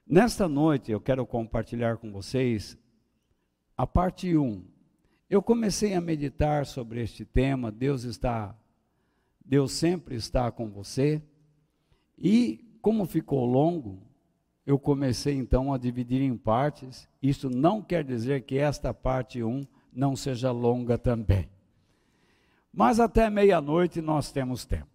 Nesta noite eu quero compartilhar com vocês a parte 1. Eu comecei a meditar sobre este tema, Deus sempre está com você. E como ficou longo, eu comecei então a dividir em partes. Isso não quer dizer que esta parte 1 não seja longa também. Mas até meia-noite nós temos tempo.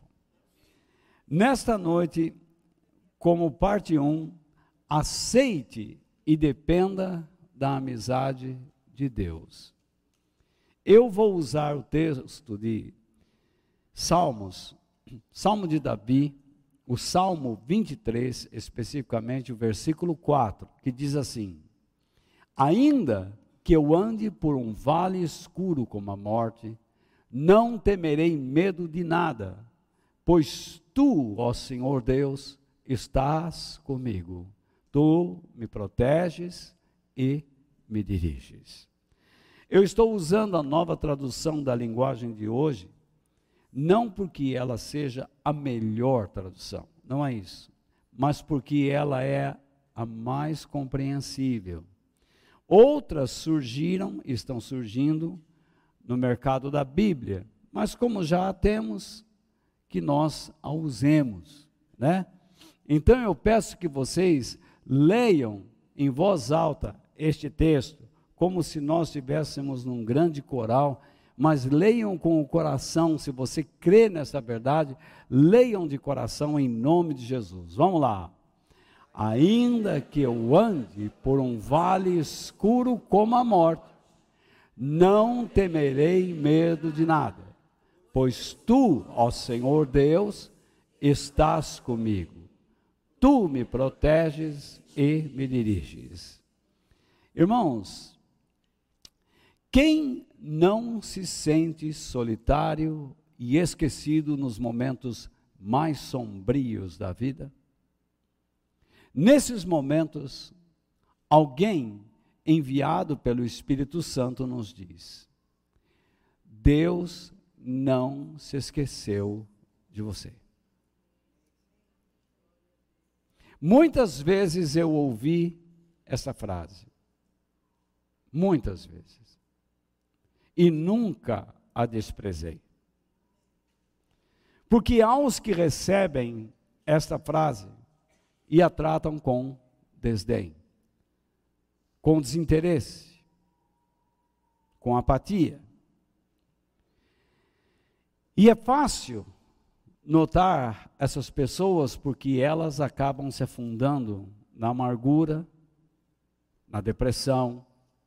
Nesta noite, como parte 1, aceite e dependa da amizade de Deus. Eu vou usar o texto de Salmos, Salmo de Davi, o Salmo 23, especificamente o versículo 4, que diz assim: ainda que eu ande por um vale escuro como a morte, não temerei medo de nada, pois tu, ó Senhor Deus, estás comigo. Tu me proteges e me diriges. Eu estou usando a nova tradução da linguagem de hoje, não porque ela seja a melhor tradução, não é isso, mas porque ela é a mais compreensível. Outras estão surgindo no mercado da Bíblia, mas como já a temos, que nós a usemos, né? Então eu peço que vocês leiam em voz alta este texto, como se nós estivéssemos num grande coral, mas leiam com o coração. Se você crê nessa verdade, leiam de coração em nome de Jesus. Vamos lá. Ainda que eu ande por um vale escuro como a morte, não temerei medo de nada, pois tu, ó Senhor Deus, estás comigo. Tu me proteges e me diriges. Irmãos, quem não se sente solitário e esquecido nos momentos mais sombrios da vida? Nesses momentos, alguém enviado pelo Espírito Santo nos diz: Deus não se esqueceu de você. Muitas vezes eu ouvi essa frase, muitas vezes, e nunca a desprezei. Porque há os que recebem esta frase e a tratam com desdém, com desinteresse, com apatia. E é fácil notar essas pessoas porque elas acabam se afundando na amargura, na depressão,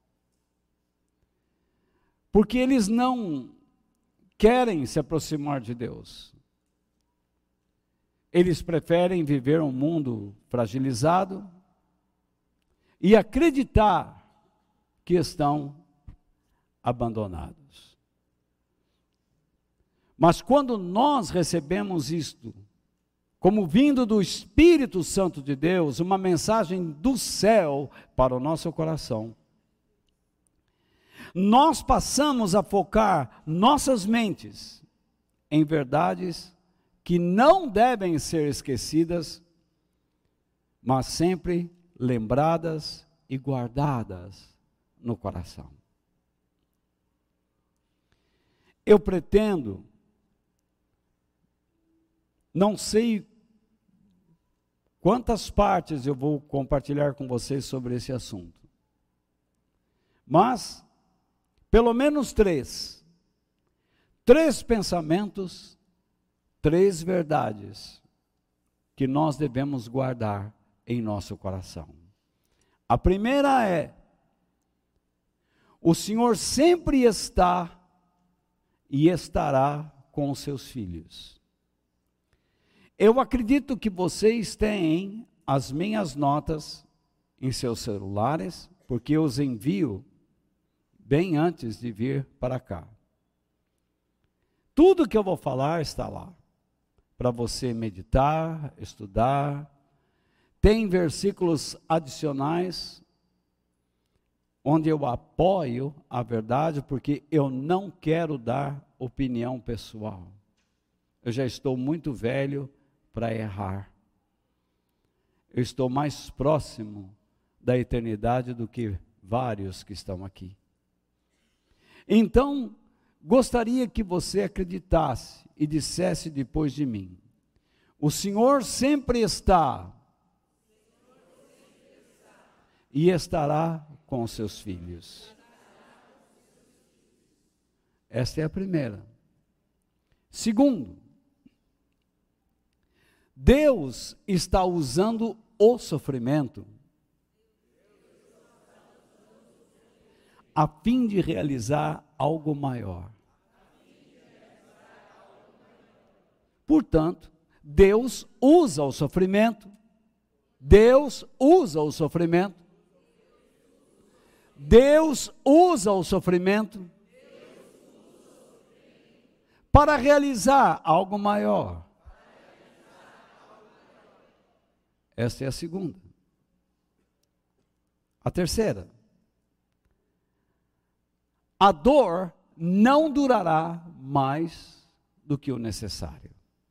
porque eles não querem se aproximar de Deus. Eles preferem viver um mundo fragilizado e acreditar que estão abandonados. Mas quando nós recebemos isto, como vindo do Espírito Santo de Deus, uma mensagem do céu para o nosso coração, nós passamos a focar nossas mentes em verdades que não devem ser esquecidas, mas sempre lembradas e guardadas no coração. Eu pretendo, não sei quantas partes eu vou compartilhar com vocês sobre esse assunto, mas pelo menos três pensamentos, 3 verdades que nós devemos guardar em nosso coração. A primeira é: o Senhor sempre está e estará com os seus filhos. Eu acredito que vocês têm as minhas notas em seus celulares, porque eu os envio bem antes de vir para cá. Tudo que eu vou falar está lá, para você meditar, estudar. Tem versículos adicionais, onde eu apoio a verdade, porque eu não quero dar opinião pessoal. Eu já estou muito velho para errar. eu estou mais próximo da eternidade do que vários que estão aqui. Então, gostaria que você acreditasse e dissesse depois de mim: o Senhor sempre está e estará com os seus filhos. Esta é a primeira. Segundo, Deus está usando o sofrimento a fim de realizar algo maior. Portanto, Deus usa o sofrimento. Deus usa o sofrimento. Deus usa o sofrimento para realizar algo maior. Esta é a segunda. A terceira: a dor não durará mais do que o necessário.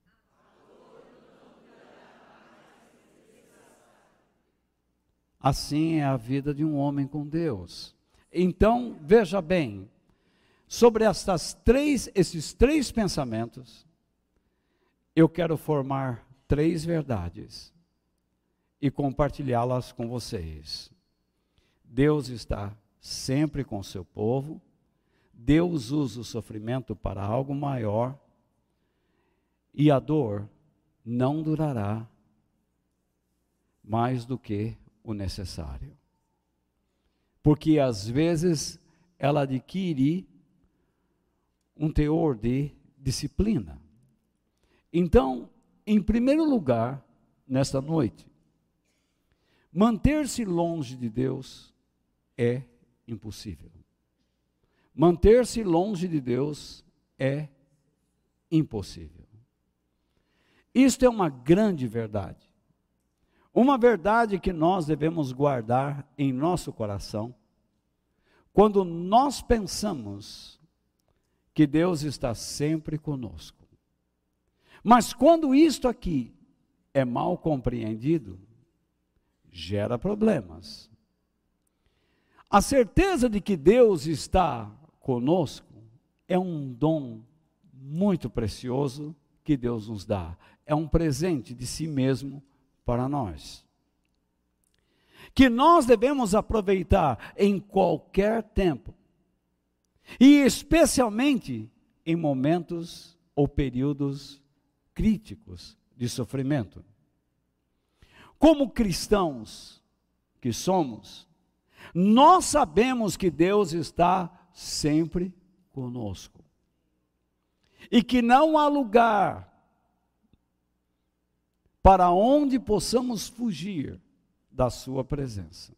Assim é a vida de um homem com Deus. Então, veja bem, sobre esses três pensamentos, eu quero formar 3 verdades e compartilhá-las com vocês. Deus está sempre com o seu povo. Deus usa o sofrimento para algo maior. E a dor não durará mais do que o necessário. Porque às vezes ela adquire um teor de disciplina. Então, em primeiro lugar, nesta noite, manter-se longe de Deus é impossível. Manter-se longe de Deus é impossível. Isto é uma grande verdade. Uma verdade que nós devemos guardar em nosso coração, quando nós pensamos que Deus está sempre conosco. Mas quando isto aqui é mal compreendido, gera problemas. A certeza de que Deus está conosco é um dom muito precioso que Deus nos dá. É um presente de si mesmo para nós, que nós devemos aproveitar em qualquer tempo, e especialmente em momentos ou períodos críticos de sofrimento. Como cristãos que somos, nós sabemos que Deus está sempre conosco, e que não há lugar para onde possamos fugir da sua presença.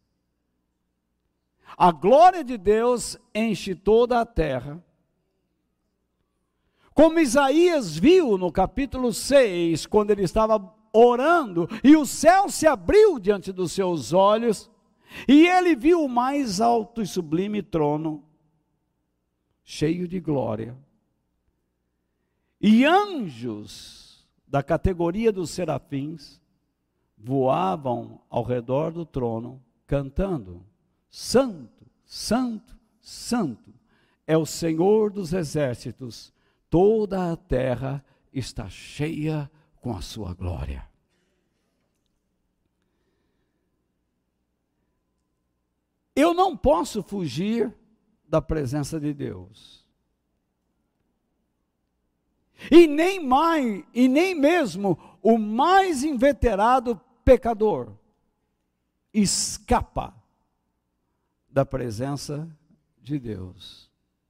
A glória de Deus enche toda a terra, como Isaías viu no capítulo 6, quando ele estava orando, e o céu se abriu diante dos seus olhos, e ele viu o mais alto e sublime trono, cheio de glória, e anjos da categoria dos serafins, voavam ao redor do trono, cantando: Santo, Santo, Santo, é o Senhor dos exércitos, toda a terra está cheia com a sua glória. Eu não posso fugir da presença de Deus. E nem mesmo o mais inveterado pecador escapa da presença de Deus.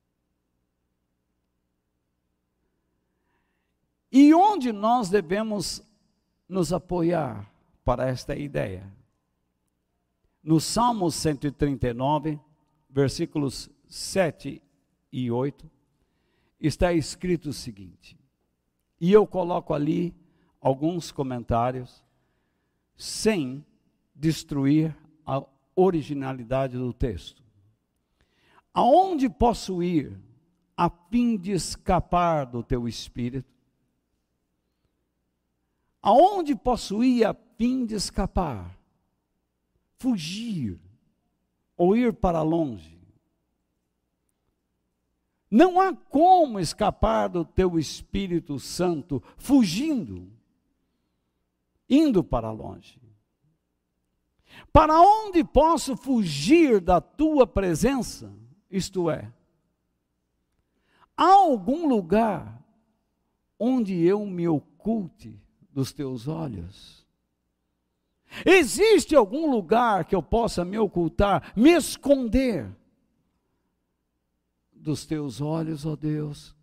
E onde nós devemos nos apoiar para esta ideia? No Salmo 139, versículos 7 e 8, está escrito o seguinte, e eu coloco ali alguns comentários, sem destruir a originalidade do texto. Aonde posso ir a fim de escapar do teu espírito? Aonde posso ir a fim de escapar, fugir ou ir para longe. Não há como escapar do teu Espírito Santo fugindo, indo para longe. Para onde posso fugir da tua presença? Isto é, há algum lugar onde eu me oculte dos teus olhos? Existe algum lugar que eu possa me ocultar, me esconder dos teus olhos, ó Deus?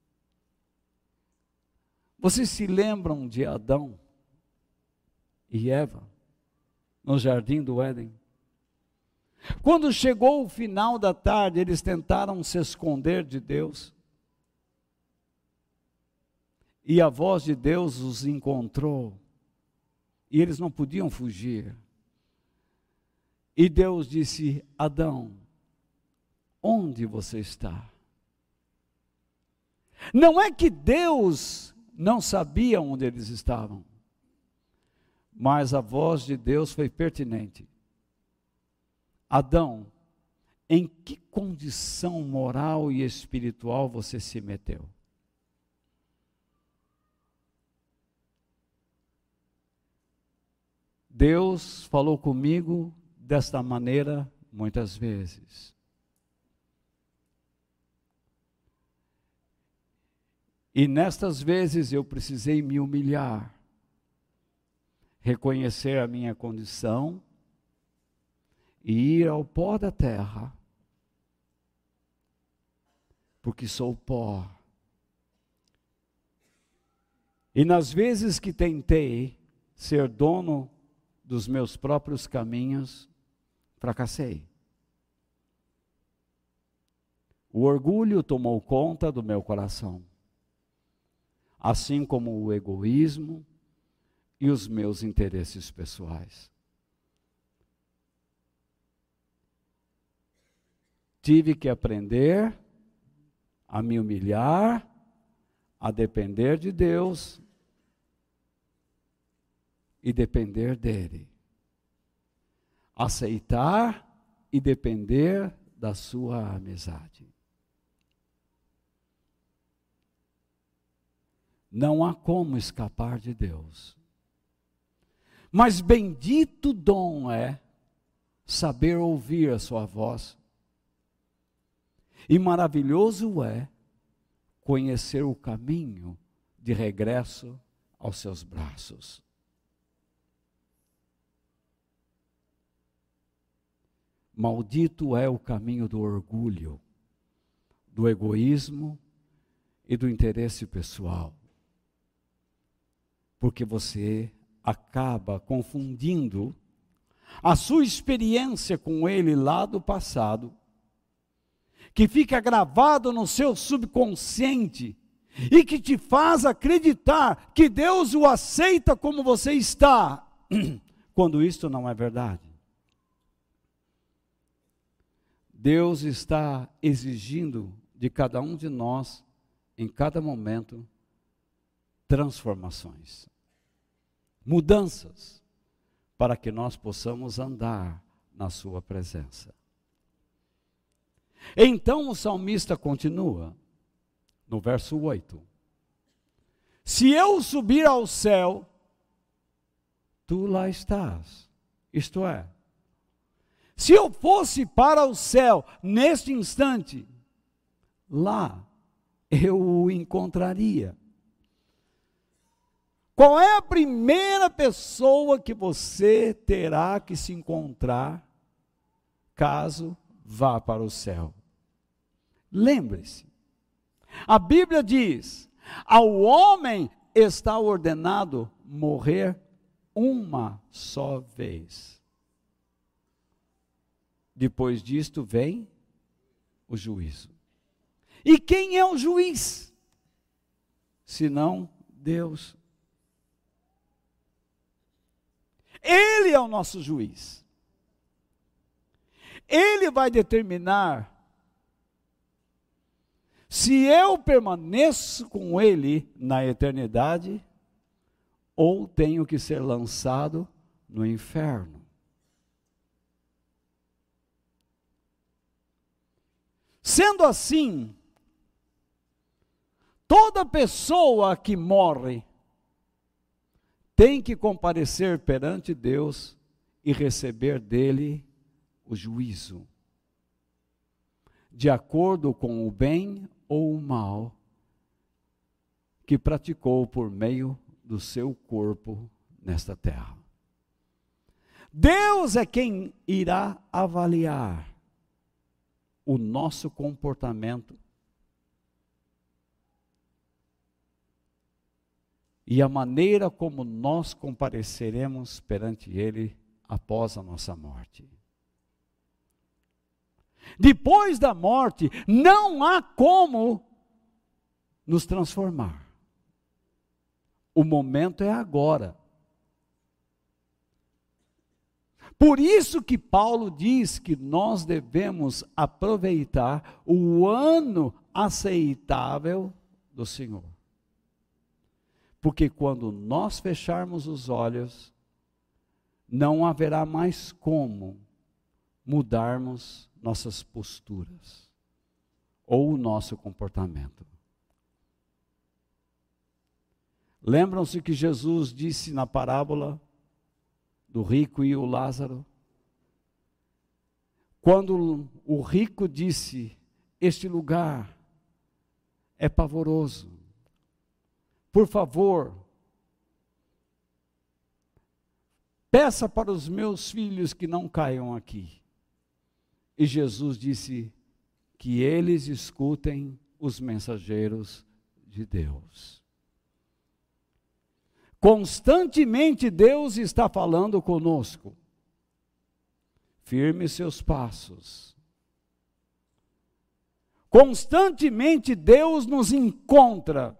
Vocês se lembram de Adão e Eva no jardim do Éden? Quando chegou o final da tarde, eles tentaram se esconder de Deus. E a voz de Deus os encontrou. E eles não podiam fugir. E Deus disse: Adão, onde você está? Não é que Deus não sabia onde eles estavam, mas a voz de Deus foi pertinente. Adão, em que condição moral e espiritual você se meteu? Deus falou comigo desta maneira muitas vezes. E nestas vezes eu precisei me humilhar, reconhecer a minha condição e ir ao pó da terra, porque sou pó. E nas vezes que tentei ser dono dos meus próprios caminhos, fracassei. O orgulho tomou conta do meu coração, assim como o egoísmo e os meus interesses pessoais. Tive que aprender a me humilhar, a depender de Deus e depender dele. Aceitar e depender da sua amizade. Não há como escapar de Deus. Mas bendito dom é saber ouvir a sua voz. E maravilhoso é conhecer o caminho de regresso aos seus braços. Maldito é o caminho do orgulho, do egoísmo e do interesse pessoal. Porque você acaba confundindo a sua experiência com ele lá do passado, que fica gravado no seu subconsciente e que te faz acreditar que Deus o aceita como você está, quando isto não é verdade. Deus está exigindo de cada um de nós, em cada momento, transformações, mudanças, para que nós possamos andar na sua presença. Então o salmista continua, no verso 8. Se eu subir ao céu, tu lá estás. Isto é, se eu fosse para o céu, neste instante, lá eu o encontraria. Qual é a primeira pessoa que você terá que se encontrar, caso vá para o céu? Lembre-se, a Bíblia diz, ao homem está ordenado morrer uma só vez. Depois disto vem o juízo. E quem é o juiz? Senão Deus. Ele é o nosso juiz. Ele vai determinar se eu permaneço com ele na eternidade ou tenho que ser lançado no inferno. Sendo assim, toda pessoa que morre tem que comparecer perante Deus e receber dele o juízo, de acordo com o bem ou o mal que praticou por meio do seu corpo nesta terra. Deus é quem irá avaliar o nosso comportamento e a maneira como nós compareceremos perante Ele após a nossa morte. Depois da morte, não há como nos transformar. O momento é agora. Por isso que Paulo diz que nós devemos aproveitar o ano aceitável do Senhor. Porque quando nós fecharmos os olhos, não haverá mais como mudarmos nossas posturas ou o nosso comportamento. Lembram-se que Jesus disse na parábola do rico e o Lázaro? Quando o rico disse, este lugar é pavoroso, por favor, peça para os meus filhos que não caiam aqui. E Jesus disse que eles escutem os mensageiros de Deus. Constantemente Deus está falando conosco. Firme seus passos. Constantemente Deus nos encontra.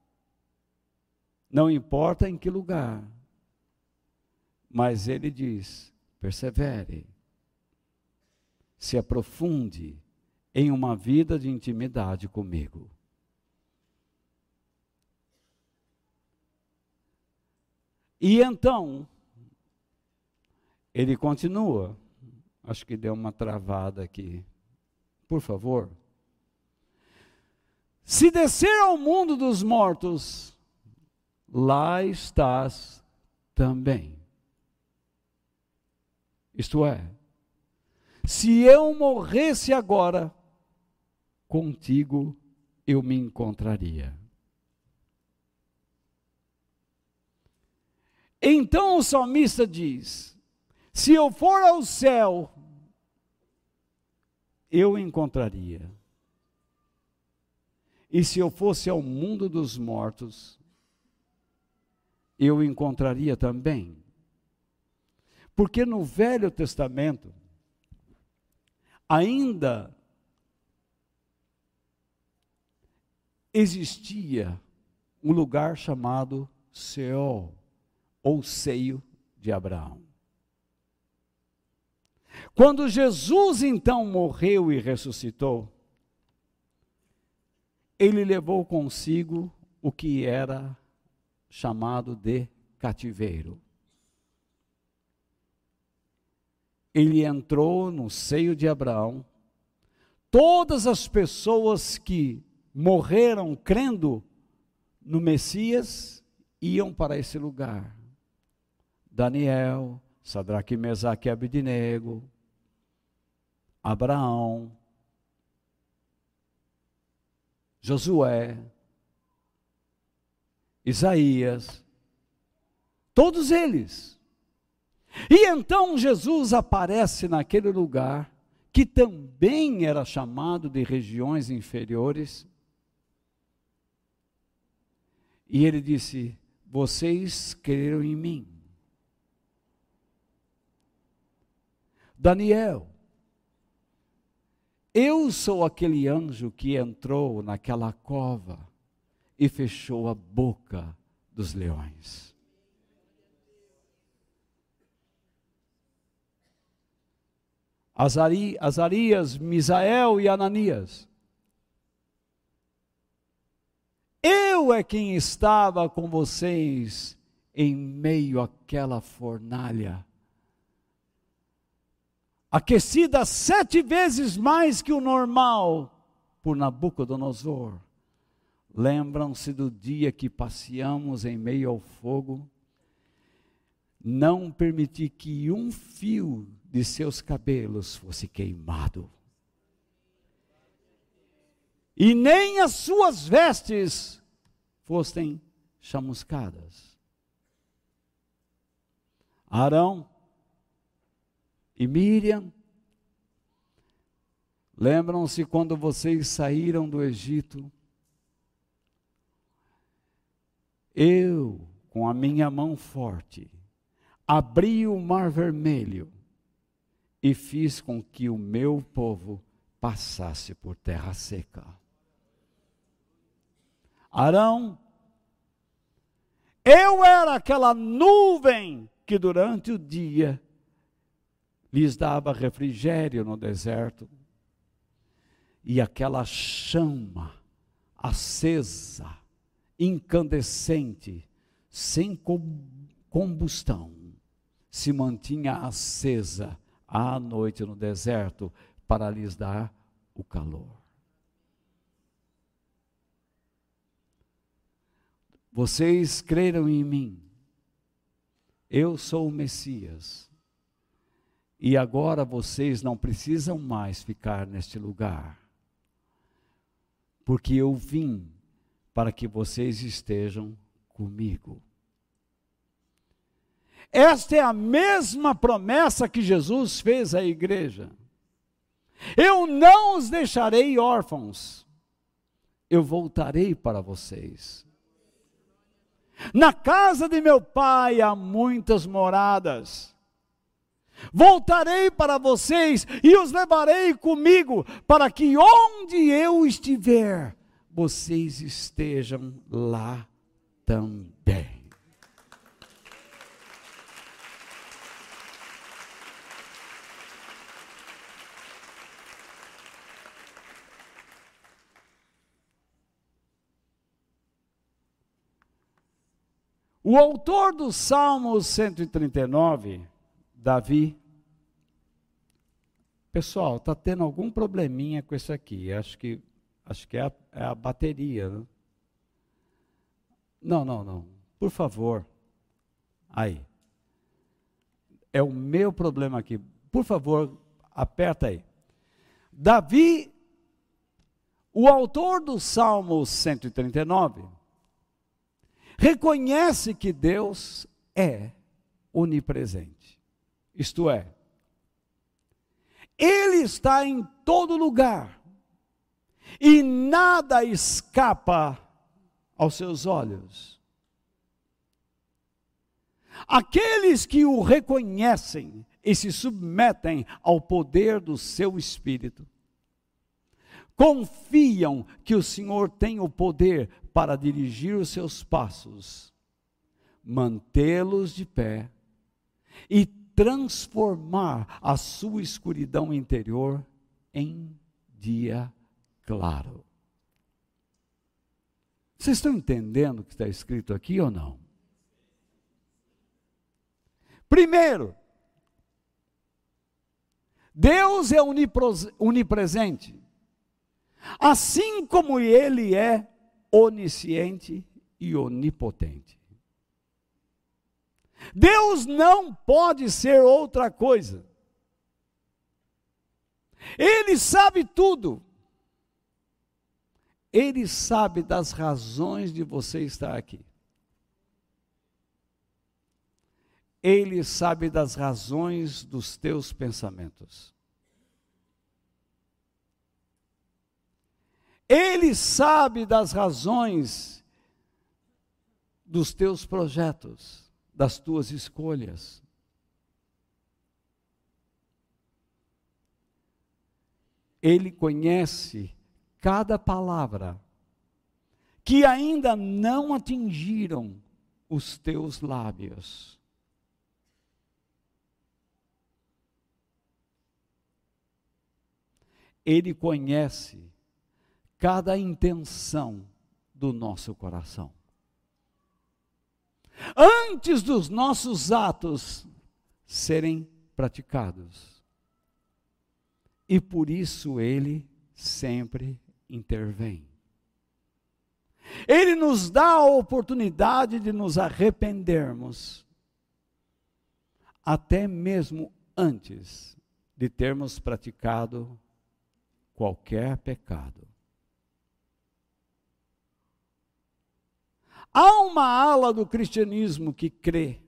Não importa em que lugar. Mas Ele diz, persevere. Se aprofunde em uma vida de intimidade comigo. E então, ele continua. Acho que deu uma travada aqui. Por favor. Se descer ao mundo dos mortos, lá estás também. Isto é, se eu morresse agora, contigo eu me encontraria. Então o salmista diz, se eu for ao céu, eu encontraria. E se eu fosse ao mundo dos mortos, eu encontraria também. Porque no Velho Testamento, ainda existia um lugar chamado Seol, ou seio de Abraão. Quando Jesus então morreu e ressuscitou, ele levou consigo o que era chamado de cativeiro. Ele entrou no seio de Abraão. Todas as pessoas que morreram crendo no Messias iam para esse lugar. Daniel, Sadraque, Mesaque e Abednego, Abraão, Josué, Isaías, todos eles. E então Jesus aparece naquele lugar, que também era chamado de regiões inferiores, e ele disse, vocês creram em mim. Daniel, eu sou aquele anjo que entrou naquela cova e fechou a boca dos leões. Azarias, Misael e Ananias. Eu é quem estava com vocês em meio àquela fornalha, aquecida 7 vezes mais que o normal por Nabucodonosor. Lembram-se do dia que passeamos em meio ao fogo? Não permiti que um fio de seus cabelos fosse queimado, e nem as suas vestes fossem chamuscadas. Arão e Miriam, lembram-se quando vocês saíram do Egito? Eu, com a minha mão forte, abri o mar vermelho e fiz com que o meu povo passasse por terra seca. Arão, eu era aquela nuvem que durante o dia lhes dava refrigério no deserto, e aquela chama acesa, incandescente, sem combustão, se mantinha acesa à noite no deserto para lhes dar o calor. Vocês creram em mim, eu sou o Messias, e agora vocês não precisam mais ficar neste lugar, porque eu vim para que vocês estejam comigo. Esta é a mesma promessa que Jesus fez à igreja. Eu não os deixarei órfãos, eu voltarei para vocês. Na casa de meu pai há muitas moradas. Voltarei para vocês e os levarei comigo, para que onde eu estiver, vocês estejam lá também. O autor do Salmo 139, Davi, pessoal, está tendo algum probleminha com isso aqui, acho que é a bateria, né? Não, por favor, aí, é o meu problema aqui, por favor, aperta aí. Davi, o autor do Salmo 139, reconhece que Deus é onipresente, isto é, Ele está em todo lugar, e nada escapa aos seus olhos. Aqueles que o reconhecem e se submetem ao poder do seu Espírito, confiam que o Senhor tem o poder para dirigir os seus passos, mantê-los de pé e transformar a sua escuridão interior em dia claro. Vocês estão entendendo o que está escrito aqui ou não? Primeiro, Deus é onipresente, assim como Ele é onisciente e onipotente. Deus não pode ser outra coisa. Ele sabe tudo. Ele sabe das razões de você estar aqui. Ele sabe das razões dos teus pensamentos. Ele sabe das razões dos teus projetos, das tuas escolhas. Ele conhece cada palavra que ainda não atingiram os teus lábios. Ele conhece cada intenção do nosso coração. antes dos nossos atos serem praticados. E por isso Ele sempre intervém. Ele nos dá a oportunidade de nos arrependermos, até mesmo antes de termos praticado qualquer pecado. Há uma ala do cristianismo que crê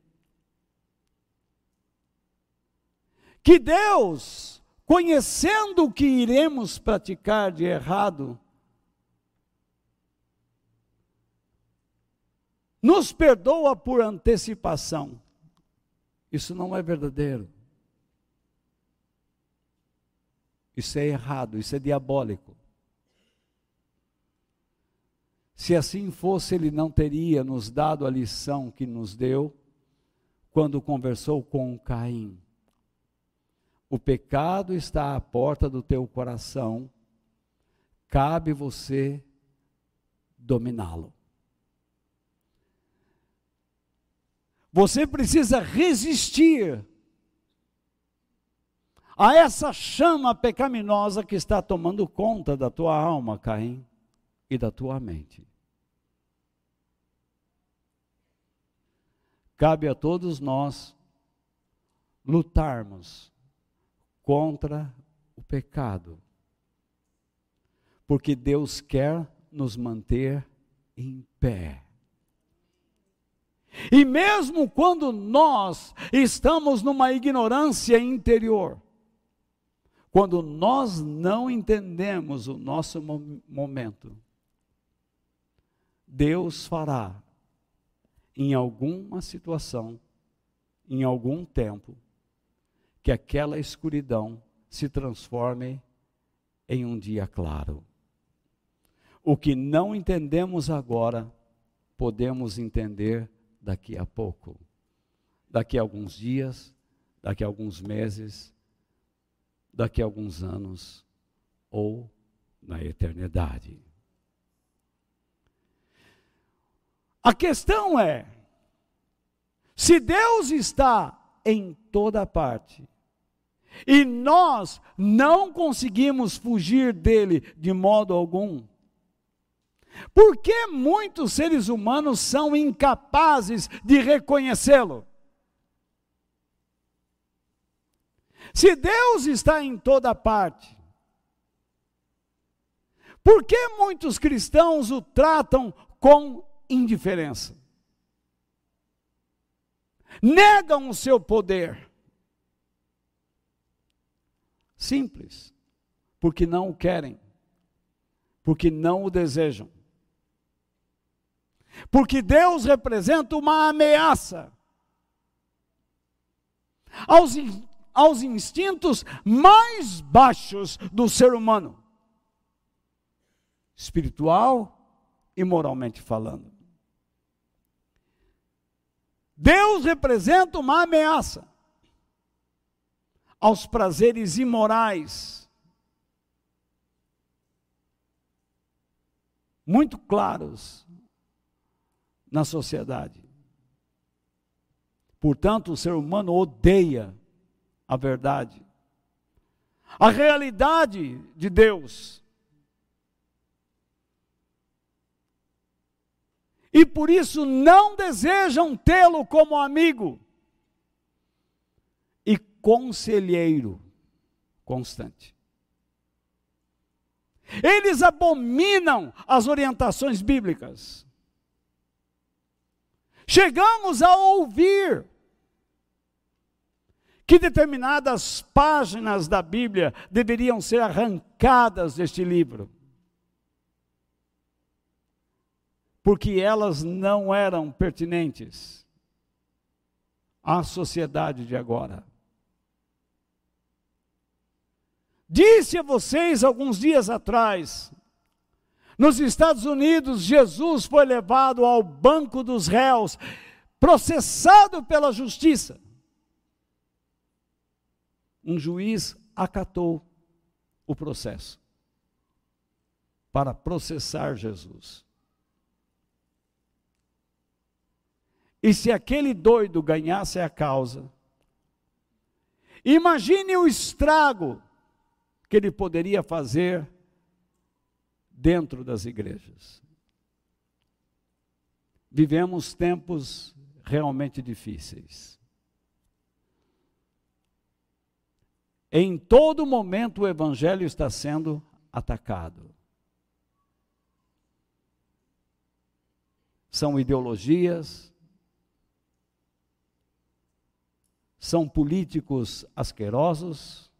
que Deus, conhecendo o que iremos praticar de errado, nos perdoa por antecipação. Isso não é verdadeiro. Isso é errado, isso é diabólico. Se assim fosse, Ele não teria nos dado a lição que nos deu quando conversou com Caim. O pecado está à porta do teu coração, cabe você dominá-lo. Você precisa resistir a essa chama pecaminosa que está tomando conta da tua alma, Caim, e da tua mente. Cabe a todos nós lutarmos contra o pecado, porque Deus quer nos manter em pé. E mesmo quando nós estamos numa ignorância interior, quando nós não entendemos o nosso momento, Deus fará em alguma situação, em algum tempo, que aquela escuridão se transforme em um dia claro. O que não entendemos agora, podemos entender daqui a pouco, daqui a alguns dias, daqui a alguns meses, daqui a alguns anos, ou na eternidade. A questão é, se Deus está em toda parte, e nós não conseguimos fugir dele de modo algum, por que muitos seres humanos são incapazes de reconhecê-lo? Se Deus está em toda parte, por que muitos cristãos o tratam com indiferença? Negam o seu poder. Simples, porque não o querem, porque não o desejam. Porque Deus representa uma ameaça aos instintos mais baixos do ser humano, espiritual e moralmente falando. Deus representa uma ameaça aos prazeres imorais, muito claros na sociedade. Portanto, o ser humano odeia a verdade, a realidade de Deus. E por isso não desejam tê-lo como amigo e conselheiro constante. Eles abominam as orientações bíblicas. Chegamos a ouvir que determinadas páginas da Bíblia deveriam ser arrancadas deste livro, porque elas não eram pertinentes à sociedade de agora. Disse a vocês alguns dias atrás, nos Estados Unidos, Jesus foi levado ao banco dos réus, processado pela justiça. Um juiz acatou o processo para processar Jesus. E se aquele doido ganhasse a causa, imagine o estrago que ele poderia fazer dentro das igrejas. Vivemos tempos realmente difíceis. Em todo momento o evangelho está sendo atacado. São ideologias, são políticos asquerosos,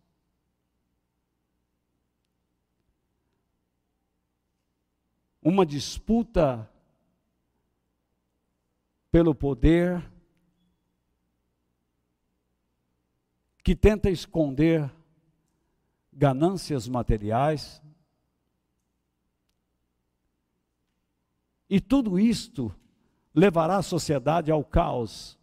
uma disputa pelo poder que tenta esconder ganâncias materiais. E tudo isto levará a sociedade ao caos.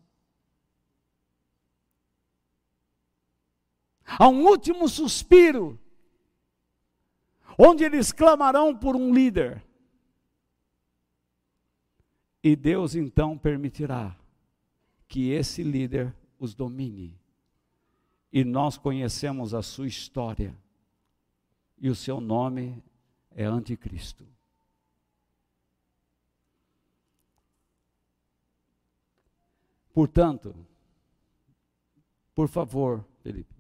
A um último suspiro, onde eles clamarão por um líder. E Deus então permitirá que esse líder os domine. E nós conhecemos a sua história. E o seu nome é Anticristo. Portanto, por favor, Felipe,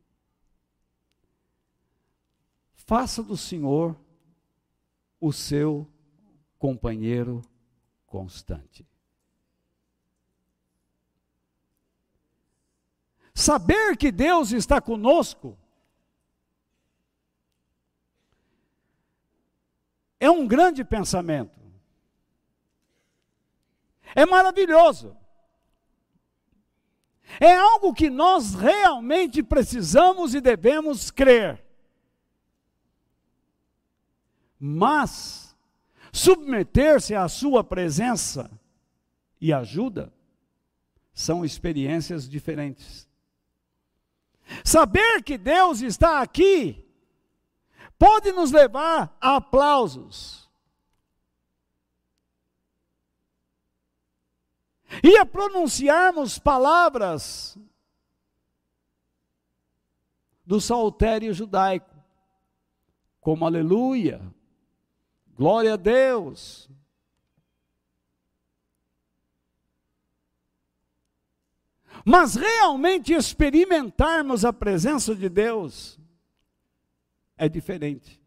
faça do Senhor o seu companheiro constante. Saber que Deus está conosco é um grande pensamento. É maravilhoso. É algo que nós realmente precisamos e devemos crer. Mas submeter-se à sua presença e ajuda são experiências diferentes. Saber que Deus está aqui pode nos levar a aplausos e a pronunciarmos palavras do saltério judaico, como aleluia, glória a Deus. Mas realmente experimentarmos a presença de Deus é diferente.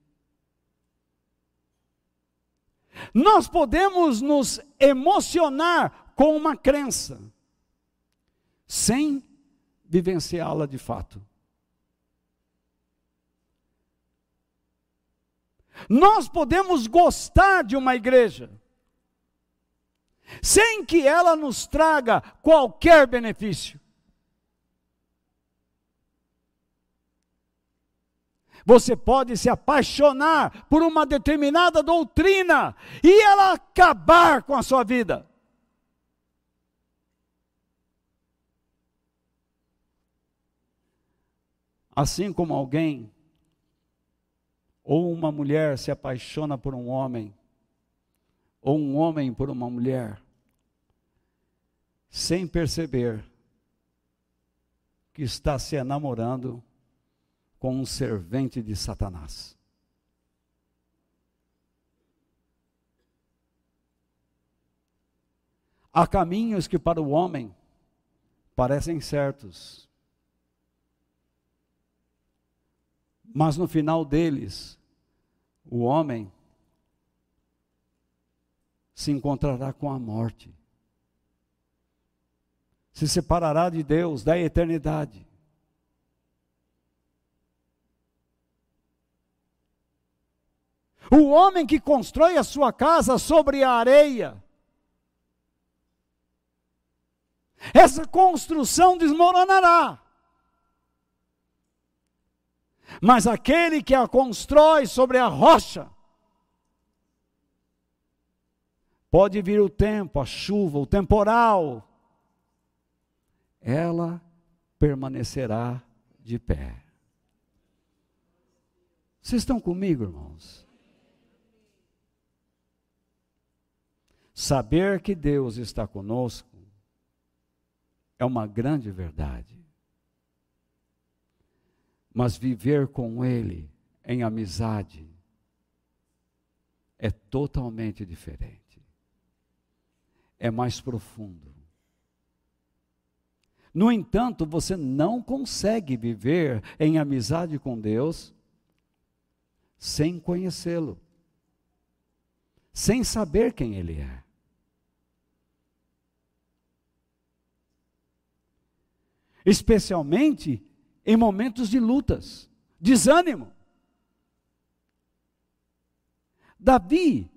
Nós podemos nos emocionar com uma crença, sem vivenciá-la de fato. Nós podemos gostar de uma igreja, sem que ela nos traga qualquer benefício. Você pode se apaixonar por uma determinada doutrina e ela acabar com a sua vida. Assim como alguém ou uma mulher se apaixona por um homem, ou um homem por uma mulher, sem perceber que está se enamorando com um servente de Satanás. Há caminhos que para o homem parecem certos, mas no final deles, o homem se encontrará com a morte. Se separará de Deus, da eternidade. O homem que constrói a sua casa sobre a areia, essa construção desmoronará. Mas aquele que a constrói sobre a rocha, pode vir o tempo, a chuva, o temporal, ela permanecerá de pé. Vocês estão comigo, irmãos? Saber que Deus está conosco é uma grande verdade. Mas viver com Ele em amizade é totalmente diferente. É mais profundo. No entanto, você não consegue viver em amizade com Deus sem conhecê-lo, sem saber quem Ele é. Especialmente em momentos de lutas, desânimo. Davi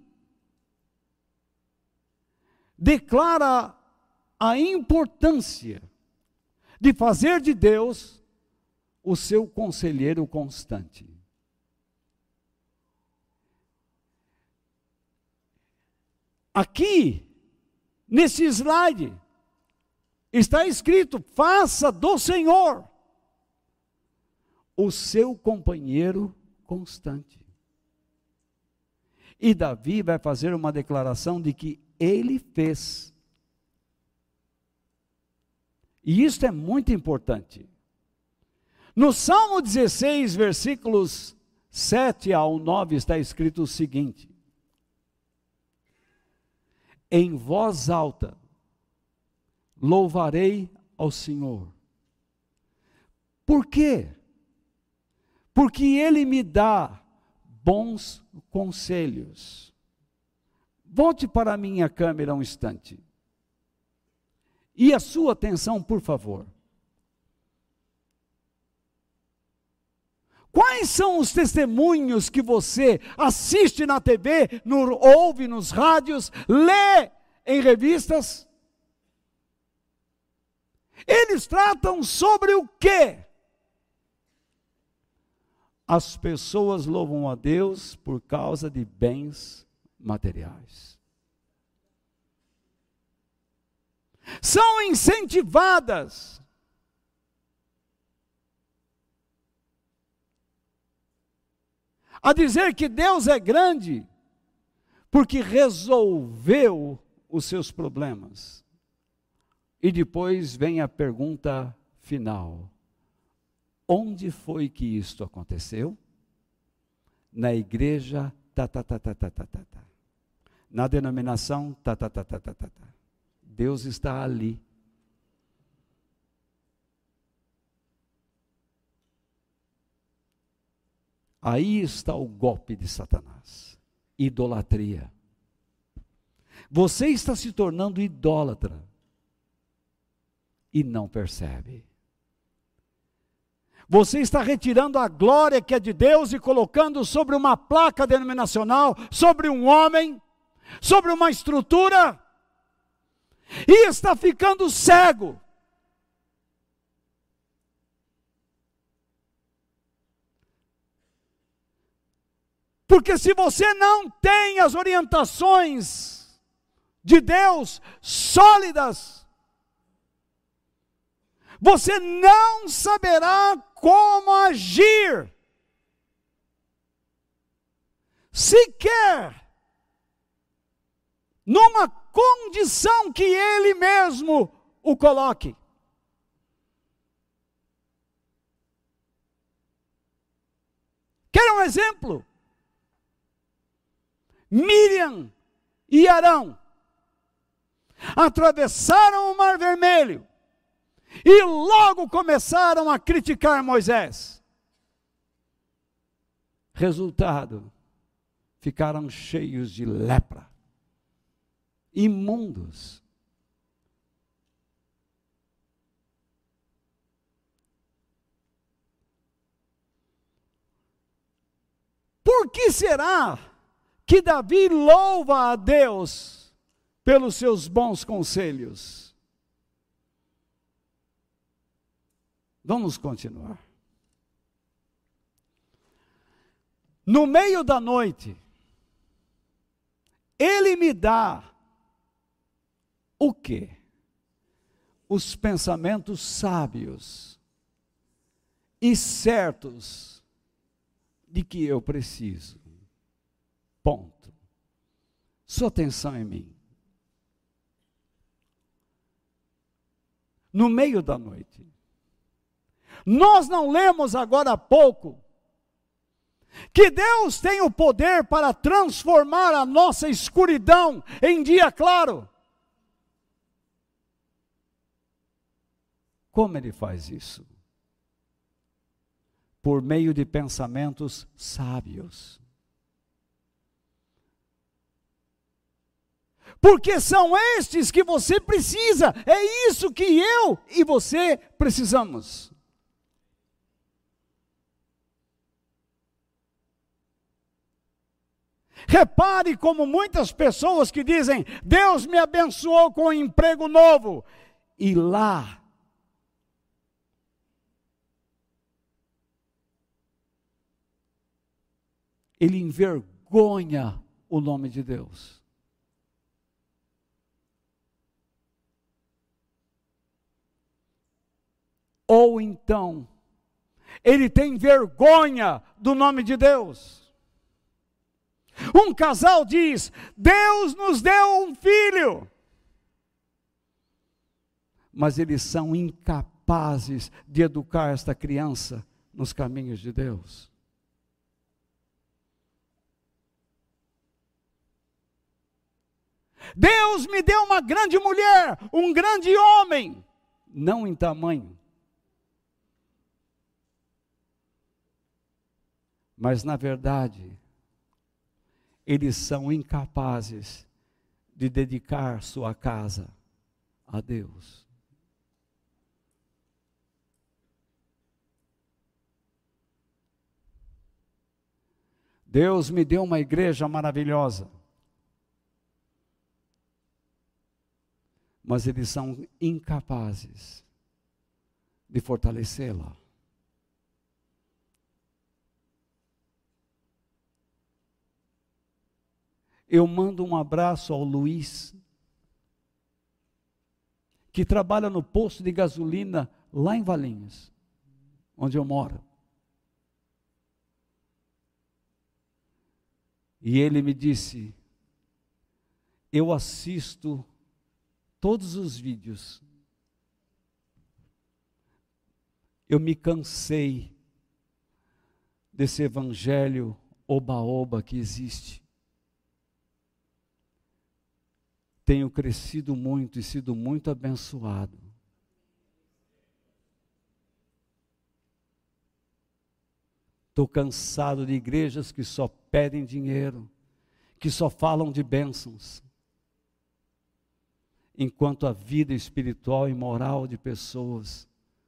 declara a importância de fazer de Deus o seu conselheiro constante. Aqui, nesse slide, está escrito: faça do Senhor o seu companheiro constante. E Davi vai fazer uma declaração de que ele fez. E isso é muito importante. No Salmo 16, versículos 7 ao 9, está escrito o seguinte: em voz alta louvarei ao Senhor. Por quê? Porque Ele me dá bons conselhos. Volte para a minha câmera um instante. E a sua atenção, por favor. Quais são os testemunhos que você assiste na TV, ouve nos rádios, lê em revistas? Eles tratam sobre o quê? As pessoas louvam a Deus por causa de bens materiais. São incentivadas a dizer que Deus é grande porque resolveu os seus problemas. E depois vem a pergunta final: onde foi que isto aconteceu? Na igreja, na denominação, Deus está ali. Aí está o golpe de Satanás: idolatria. Você está se tornando idólatra e não percebe. Você está retirando a glória que é de Deus e colocando sobre uma placa denominacional, sobre um homem, sobre uma estrutura, e está ficando cego. Porque se você não tem as orientações de Deus sólidas, você não saberá como agir, sequer numa condição que Ele mesmo o coloque. Quer um exemplo? Miriam e Arão atravessaram o Mar Vermelho e logo começaram a criticar Moisés. Resultado, ficaram cheios de lepra, imundos. Por que será que Davi louva a Deus pelos seus bons conselhos? Vamos continuar. No meio da noite, Ele me dá o quê? Os pensamentos sábios e certos de que eu preciso. Ponto. Sua atenção em mim. no meio da noite. Nós não lemos agora há pouco que Deus tem o poder para transformar a nossa escuridão em dia claro. Como Ele faz isso? Por meio de pensamentos sábios. Porque são estes que você precisa, é isso que eu e você precisamos. Repare como muitas pessoas que dizem, Deus me abençoou com um emprego novo, e lá, ele envergonha o nome de Deus. Ou então, ele tem vergonha do nome de Deus. Um casal diz, Deus nos deu um filho. Mas eles são incapazes de educar esta criança nos caminhos de Deus. Deus me deu uma grande mulher, um grande homem, não em tamanho, mas na verdade, eles são incapazes de dedicar sua casa a Deus. Deus me deu uma igreja maravilhosa, mas eles são incapazes de fortalecê-la. Eu mando um abraço ao Luiz, que trabalha no posto de gasolina lá em Valinhos, onde eu moro. E ele me disse, eu assisto todos os vídeos. Eu me cansei desse evangelho oba-oba que existe. Tenho crescido muito e sido muito abençoado. Estou cansado de igrejas que só pedem dinheiro, que só falam de bênçãos, enquanto a vida espiritual e moral de pessoas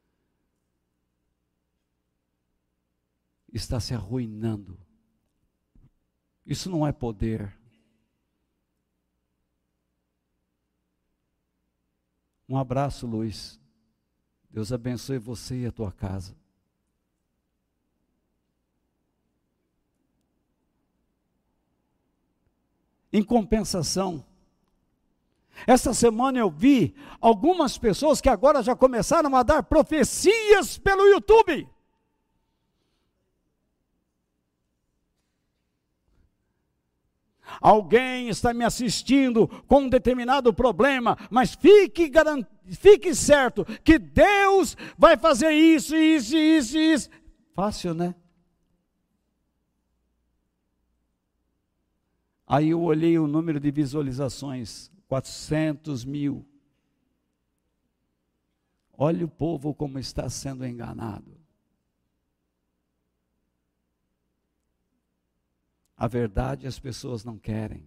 está se arruinando. Isso não é poder. Um abraço, Luiz. Deus abençoe você e a tua casa. Em compensação, essa semana eu vi algumas pessoas que agora já começaram a dar profecias pelo YouTube. Alguém está me assistindo com um determinado problema, mas fique certo que Deus vai fazer isso. Fácil, né? Aí eu olhei o número de visualizações, 400 mil. Olha o povo como está sendo enganado. A verdade as pessoas não querem.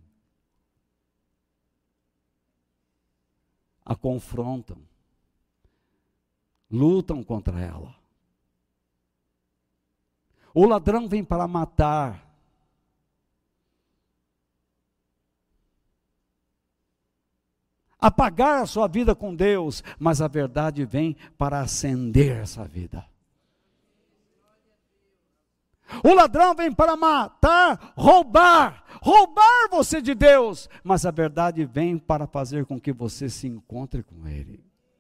A confrontam. Lutam contra ela. O ladrão vem para matar. Apagar a sua vida com Deus, mas a verdade vem para acender essa vida. O ladrão vem para matar, roubar você de Deus, mas a verdade vem para fazer com que você se encontre com Ele.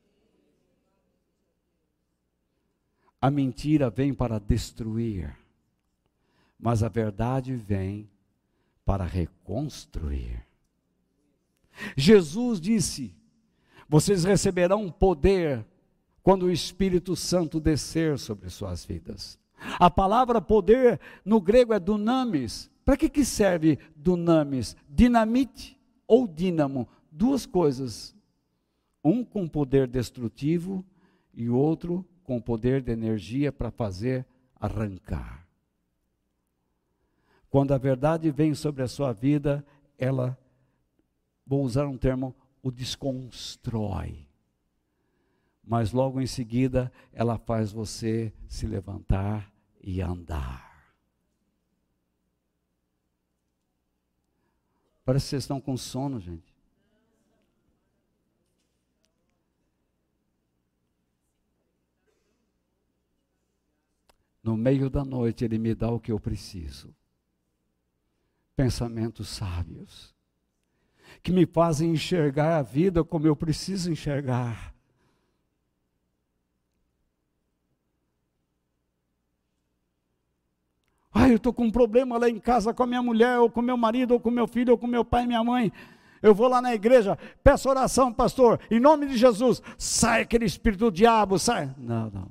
A mentira vem para destruir, mas a verdade vem para reconstruir. Jesus disse, vocês receberão poder quando o Espírito Santo descer sobre suas vidas. A palavra poder no grego é dunamis. Para que serve dunamis? Dinamite ou dínamo? Duas coisas. Um com poder destrutivo e outro com poder de energia para fazer arrancar. Quando a verdade vem sobre a sua vida, ela, vou usar um termo, o desconstrói. Mas logo em seguida, ela faz você se levantar e andar. Parece que vocês estão com sono, gente. No meio da noite, Ele me dá o que eu preciso. Pensamentos sábios, que me fazem enxergar a vida como eu preciso enxergar. Eu estou com um problema lá em casa com a minha mulher, ou com meu marido, ou com meu filho, ou com meu pai e minha mãe. Eu vou lá na igreja, peço oração, pastor, em nome de Jesus, sai aquele espírito do diabo, sai. Não.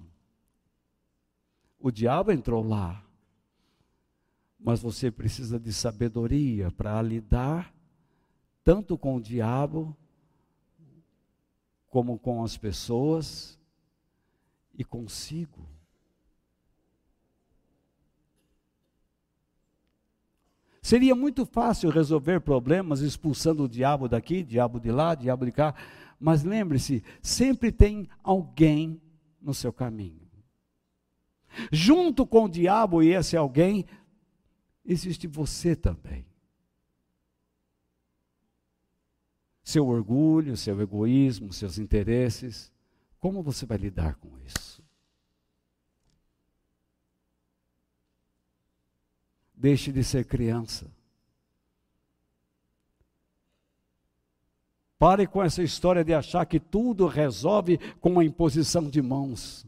O diabo entrou lá, mas você precisa de sabedoria para lidar tanto com o diabo, como com as pessoas e consigo. Seria muito fácil resolver problemas expulsando o diabo daqui, diabo de lá, diabo de cá, mas lembre-se, sempre tem alguém no seu caminho. Junto com o diabo e esse alguém, existe você também. Seu orgulho, seu egoísmo, seus interesses, como você vai lidar com isso? Deixe de ser criança. Pare com essa história de achar que tudo resolve com uma imposição de mãos.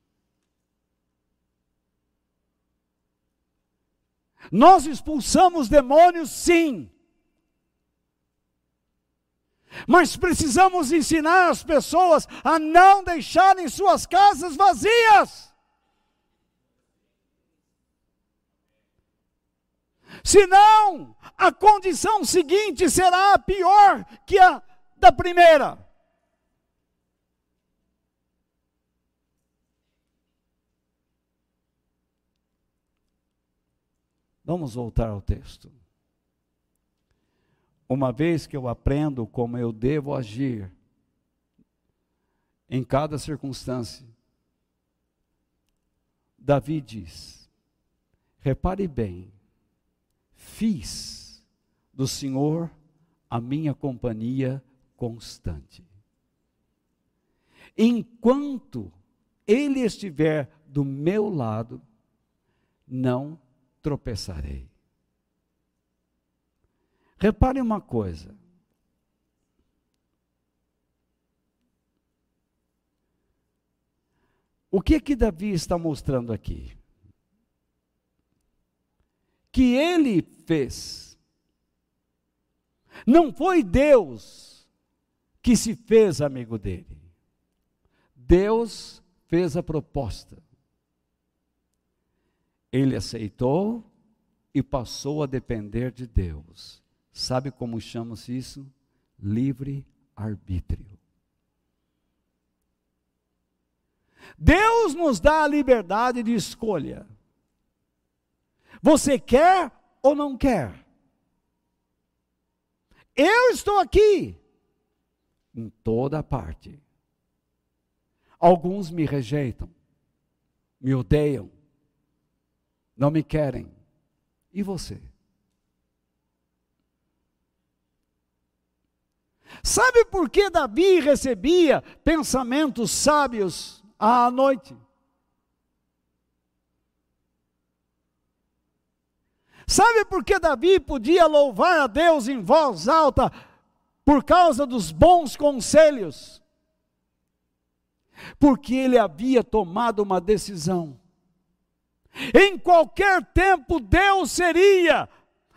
Nós expulsamos demônios, sim. Mas precisamos ensinar as pessoas a não deixarem suas casas vazias. Senão, a condição seguinte será pior que a da primeira. Vamos voltar ao texto. Uma vez que eu aprendo como eu devo agir em cada circunstância, Davi diz: repare bem, fiz do Senhor a minha companhia constante. Enquanto Ele estiver do meu lado, não tropeçarei. Repare uma coisa. O que Davi está mostrando aqui? Que ele fez. Não foi Deus que se fez amigo dele. Deus fez a proposta. Ele aceitou e passou a depender de Deus. Sabe como chama-se isso? Livre-arbítrio. Deus nos dá a liberdade de escolha. Você quer ou não quer? Eu estou aqui, em toda parte. Alguns me rejeitam, me odeiam, não me querem. E você? Sabe por que Davi recebia pensamentos sábios à noite? Sabe por que Davi podia louvar a Deus em voz alta? Por causa dos bons conselhos. Porque ele havia tomado uma decisão. Em qualquer tempo Deus seria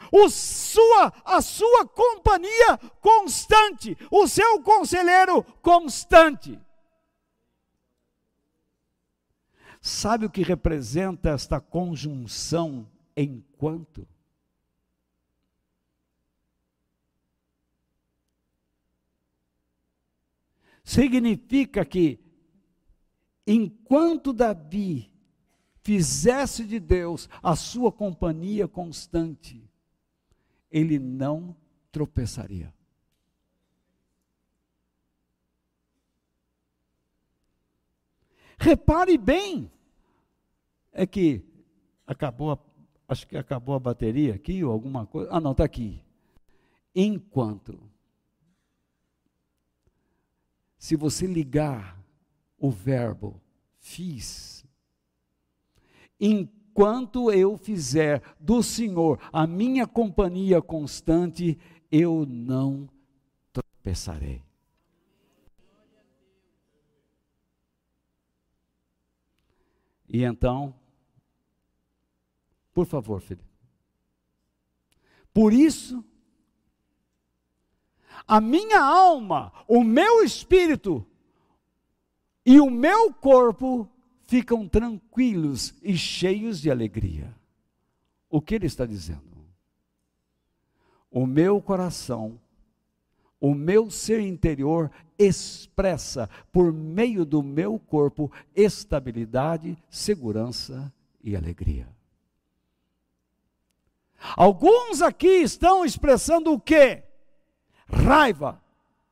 a sua companhia constante, o seu conselheiro constante. Sabe o que representa esta conjunção enquanto? Significa que, enquanto Davi fizesse de Deus a sua companhia constante, ele não tropeçaria. Repare bem, é que acho que acabou a bateria aqui ou alguma coisa. Ah, não, está aqui. Enquanto. Se você ligar o verbo fiz, enquanto eu fizer do Senhor a minha companhia constante, eu não tropeçarei. E então, por favor, filho. Por isso, a minha alma, o meu espírito e o meu corpo ficam tranquilos e cheios de alegria. O que ele está dizendo? O meu coração, o meu ser interior expressa, por meio do meu corpo, estabilidade, segurança e alegria. Alguns aqui estão expressando o quê? Raiva,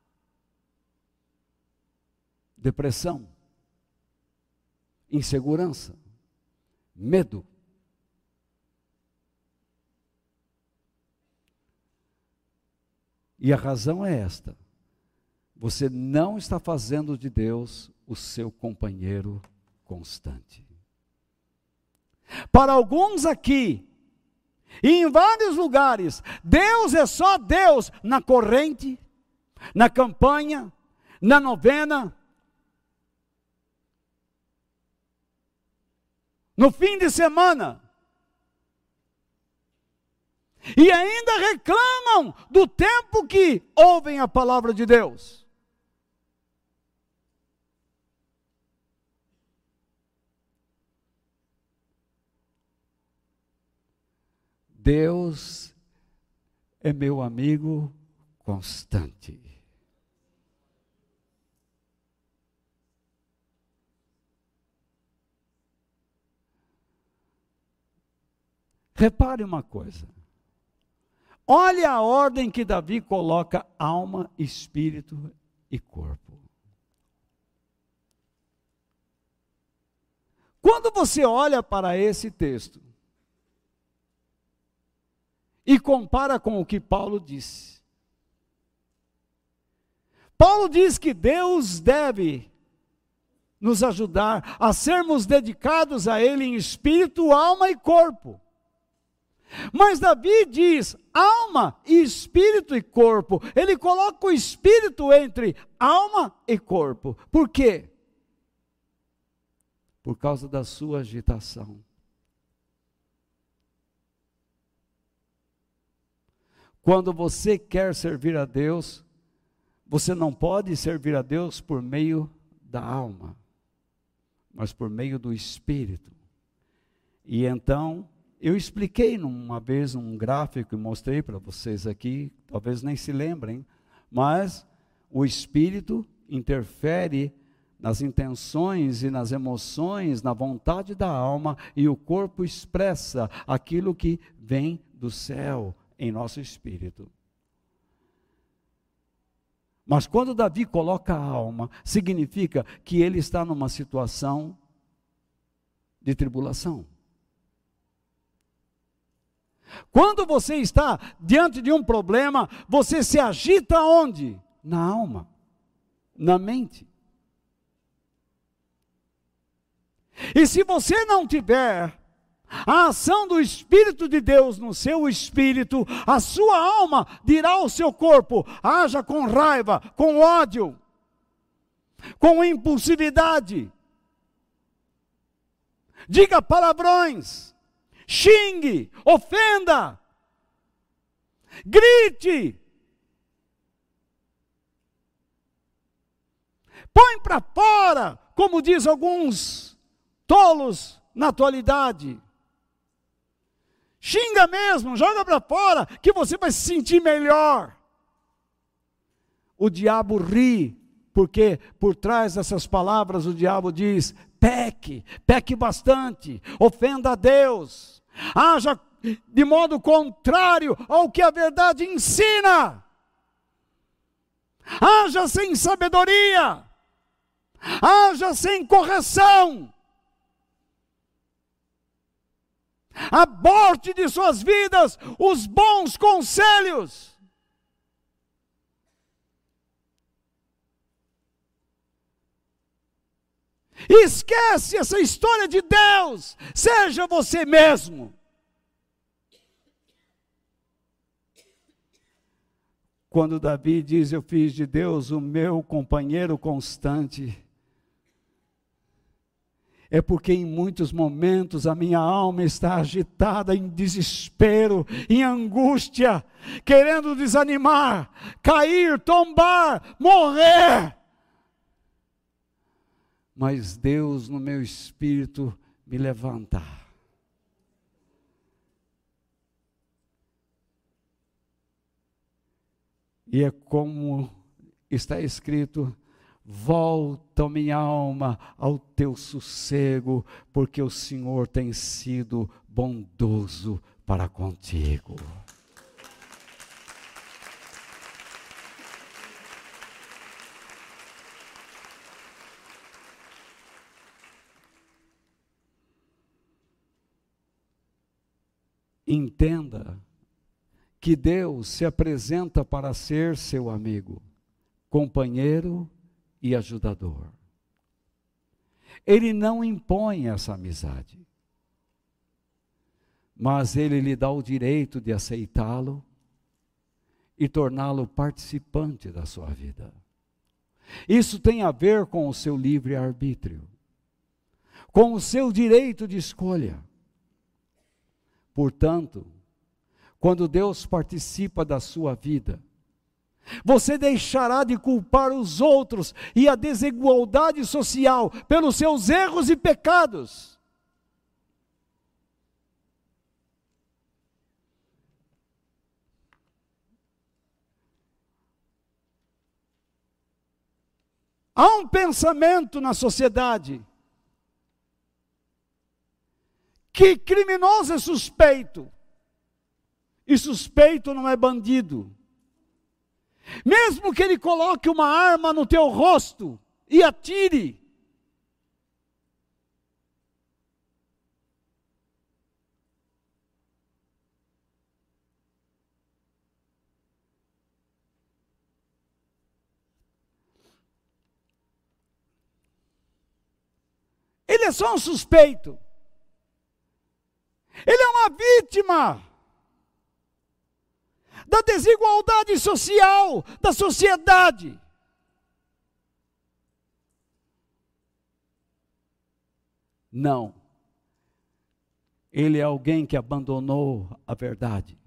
depressão, insegurança, medo. E a razão é esta: você não está fazendo de Deus o seu companheiro constante. Para alguns aqui, e em vários lugares, Deus é só Deus na corrente, na campanha, na novena, no fim de semana. E ainda reclamam do tempo que ouvem a palavra de Deus. Deus é meu amigo constante. Repare uma coisa. Olhe a ordem que Davi coloca: alma, espírito e corpo. Quando você olha para esse texto e compara com o que Paulo disse, Paulo diz que Deus deve nos ajudar a sermos dedicados a Ele em espírito, alma e corpo. Mas Davi diz alma, espírito e corpo. Ele coloca o espírito entre alma e corpo. Por quê? Por causa da sua agitação. Quando você quer servir a Deus, você não pode servir a Deus por meio da alma, mas por meio do espírito. E então, eu expliquei uma vez um gráfico e mostrei para vocês aqui, talvez nem se lembrem, mas o espírito interfere nas intenções e nas emoções, na vontade da alma, e o corpo expressa aquilo que vem do céu em nosso espírito. Mas quando Davi coloca a alma, significa que ele está numa situação de tribulação. Quando você está diante de um problema, você se agita onde? Na alma, na mente. E se você não tiver a ação do Espírito de Deus no seu espírito, a sua alma dirá ao seu corpo: haja com raiva, com ódio, com impulsividade, diga palavrões, xingue, ofenda, grite, põe para fora, como diz alguns tolos na atualidade. Xinga mesmo, joga para fora, que você vai se sentir melhor. O diabo ri, porque por trás dessas palavras o diabo diz: peque, peque bastante, ofenda a Deus, haja de modo contrário ao que a verdade ensina, haja sem sabedoria, haja sem correção, aborte de suas vidas os bons conselhos. Esquece essa história de Deus, seja você mesmo. Quando Davi diz: eu fiz de Deus o meu companheiro constante, é porque em muitos momentos a minha alma está agitada, em desespero, em angústia, querendo desanimar, cair, tombar, morrer. Mas Deus no meu espírito me levanta. E é como está escrito: volta minha alma ao teu sossego, porque o Senhor tem sido bondoso para contigo. Entenda que Deus se apresenta para ser seu amigo, companheiro e ajudador. Ele não impõe essa amizade, mas Ele lhe dá o direito de aceitá-lo e torná-lo participante da sua vida. Isso tem a ver com o seu livre-arbítrio, com o seu direito de escolha. Portanto, quando Deus participa da sua vida, você deixará de culpar os outros e a desigualdade social pelos seus erros e pecados. Há um pensamento na sociedade que criminoso é suspeito, e suspeito não é bandido. Mesmo que ele coloque uma arma no teu rosto e atire, ele é só um suspeito. Ele é uma vítima da desigualdade social, da sociedade. Não. Ele é alguém que abandonou a verdade,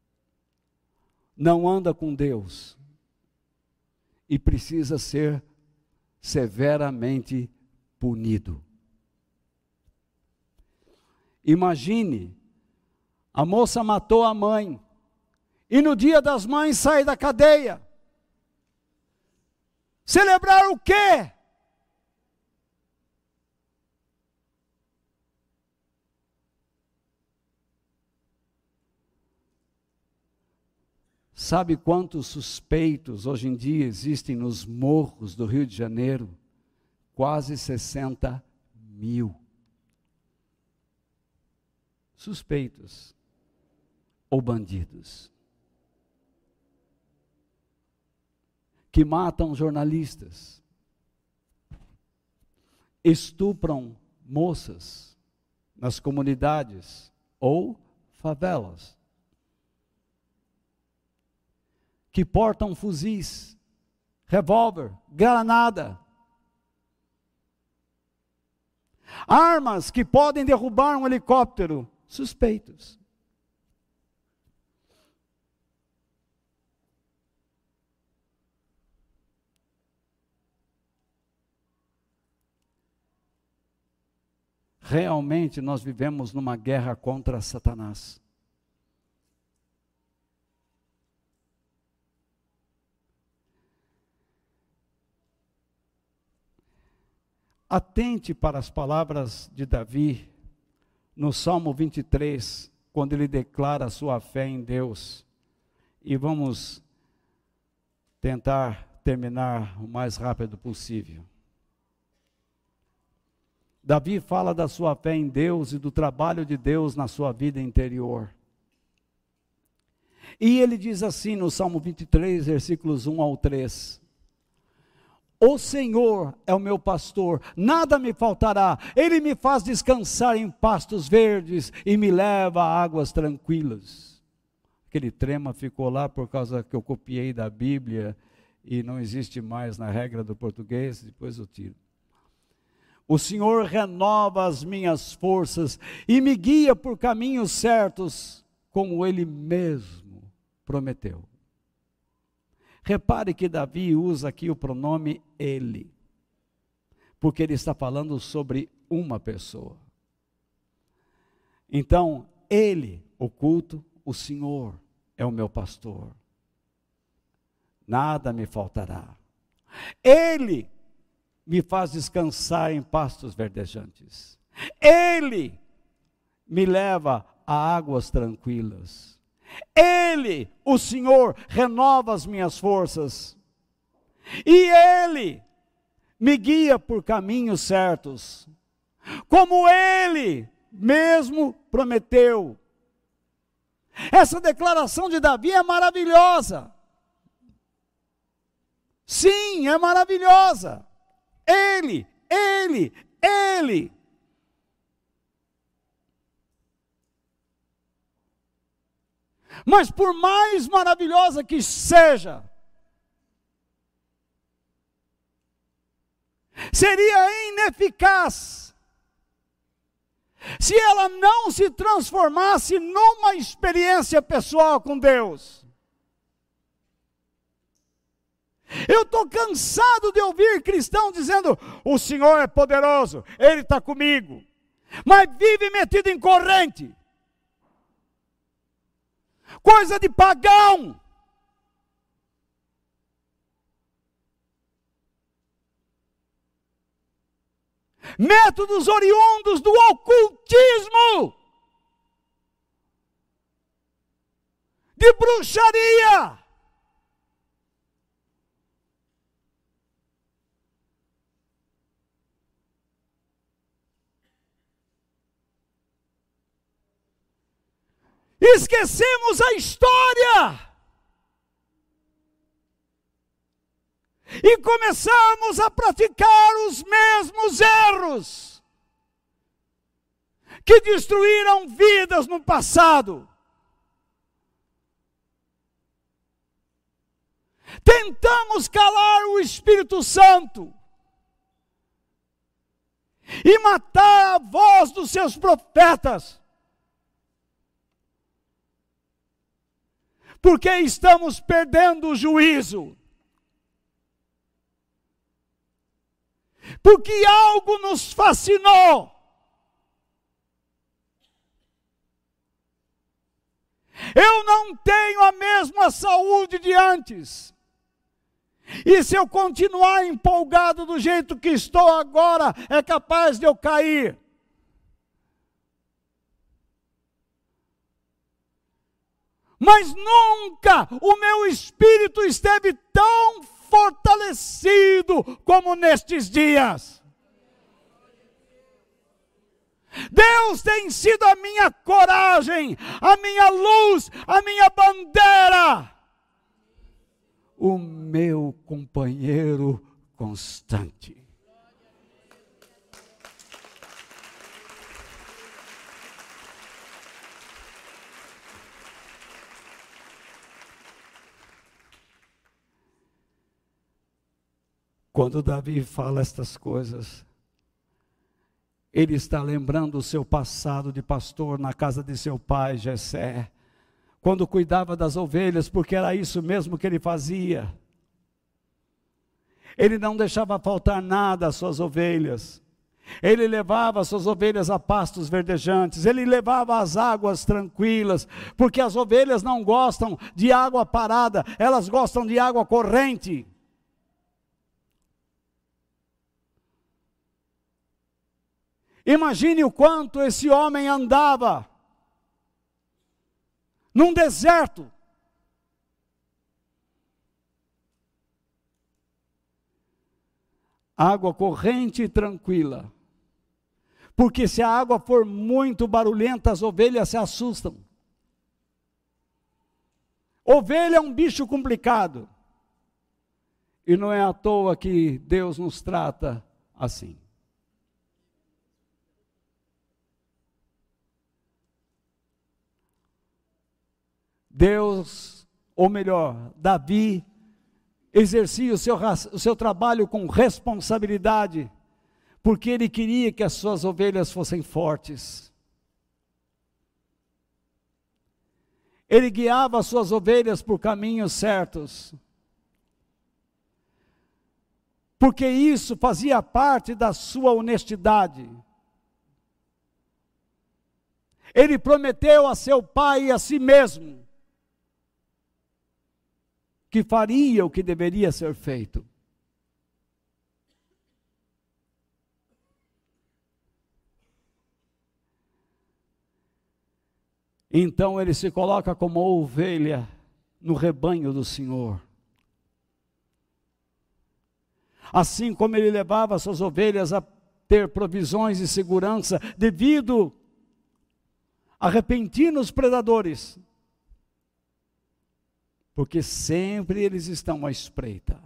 não anda com Deus e precisa ser severamente punido. Imagine, a moça matou a mãe, e no dia das mães sai da cadeia. Celebrar o quê? Sabe quantos suspeitos hoje em dia existem nos morros do Rio de Janeiro? Quase 60 mil. Suspeitos ou bandidos que matam jornalistas, estupram moças nas comunidades ou favelas, que portam fuzis, revólver, granada, armas que podem derrubar um helicóptero. Suspeitos. realmente nós vivemos numa guerra contra Satanás. Atente para as palavras de Davi, no Salmo 23, quando ele declara a sua fé em Deus. E vamos tentar terminar o mais rápido possível. Davi fala da sua fé em Deus e do trabalho de Deus na sua vida interior. E ele diz assim no Salmo 23, versículos 1 ao 3. O Senhor é o meu pastor, nada me faltará. Ele me faz descansar em pastos verdes e me leva a águas tranquilas. Aquele trema ficou lá por causa que eu copiei da Bíblia e não existe mais na regra do português, depois eu tiro. O Senhor renova as minhas forças e me guia por caminhos certos, como Ele mesmo prometeu. Repare que Davi usa aqui o pronome ele, porque ele está falando sobre uma pessoa. Então, ele, oculto, o Senhor é o meu pastor. Nada me faltará. Ele me faz descansar em pastos verdejantes. Ele me leva a águas tranquilas. Ele, o Senhor, renova as minhas forças. E Ele me guia por caminhos certos, como Ele mesmo prometeu. Essa declaração de Davi é maravilhosa. Sim, é maravilhosa. Ele. Mas por mais maravilhosa que seja, seria ineficaz se ela não se transformasse numa experiência pessoal com Deus. Eu estou cansado de ouvir cristão dizendo: o Senhor é poderoso, Ele está comigo, mas vive metido em corrente. Coisa de pagão. Métodos oriundos do ocultismo, de bruxaria. Esquecemos a história e começamos a praticar os mesmos erros que destruíram vidas no passado. Tentamos calar o Espírito Santo e matar a voz dos seus profetas, porque estamos perdendo o juízo. Porque algo nos fascinou. Eu não tenho a mesma saúde de antes. E se eu continuar empolgado do jeito que estou agora, é capaz de eu cair. Mas nunca o meu espírito esteve tão fortalecido como nestes dias. Deus tem sido a minha coragem, a minha luz, a minha bandeira, o meu companheiro constante. Quando Davi fala estas coisas, ele está lembrando o seu passado de pastor na casa de seu pai, Jessé, quando cuidava das ovelhas, porque era isso mesmo que ele fazia. Ele não deixava faltar nada às suas ovelhas. Ele levava suas ovelhas a pastos verdejantes, ele levava as águas tranquilas, porque as ovelhas não gostam de água parada, elas gostam de água corrente. Imagine o quanto esse homem andava num deserto. Água corrente e tranquila. Porque se a água for muito barulhenta, as ovelhas se assustam. Ovelha é um bicho complicado. E não é à toa que Deus nos trata assim. Deus, ou melhor, Davi, exercia o seu trabalho com responsabilidade, porque ele queria que as suas ovelhas fossem fortes. Ele guiava as suas ovelhas por caminhos certos, porque isso fazia parte da sua honestidade. Ele prometeu a seu pai e a si mesmo que faria o que deveria ser feito. Então ele se coloca como ovelha no rebanho do Senhor. Assim como ele levava suas ovelhas a ter provisões e segurança devido a repentinos predadores, porque sempre eles estão à espreita.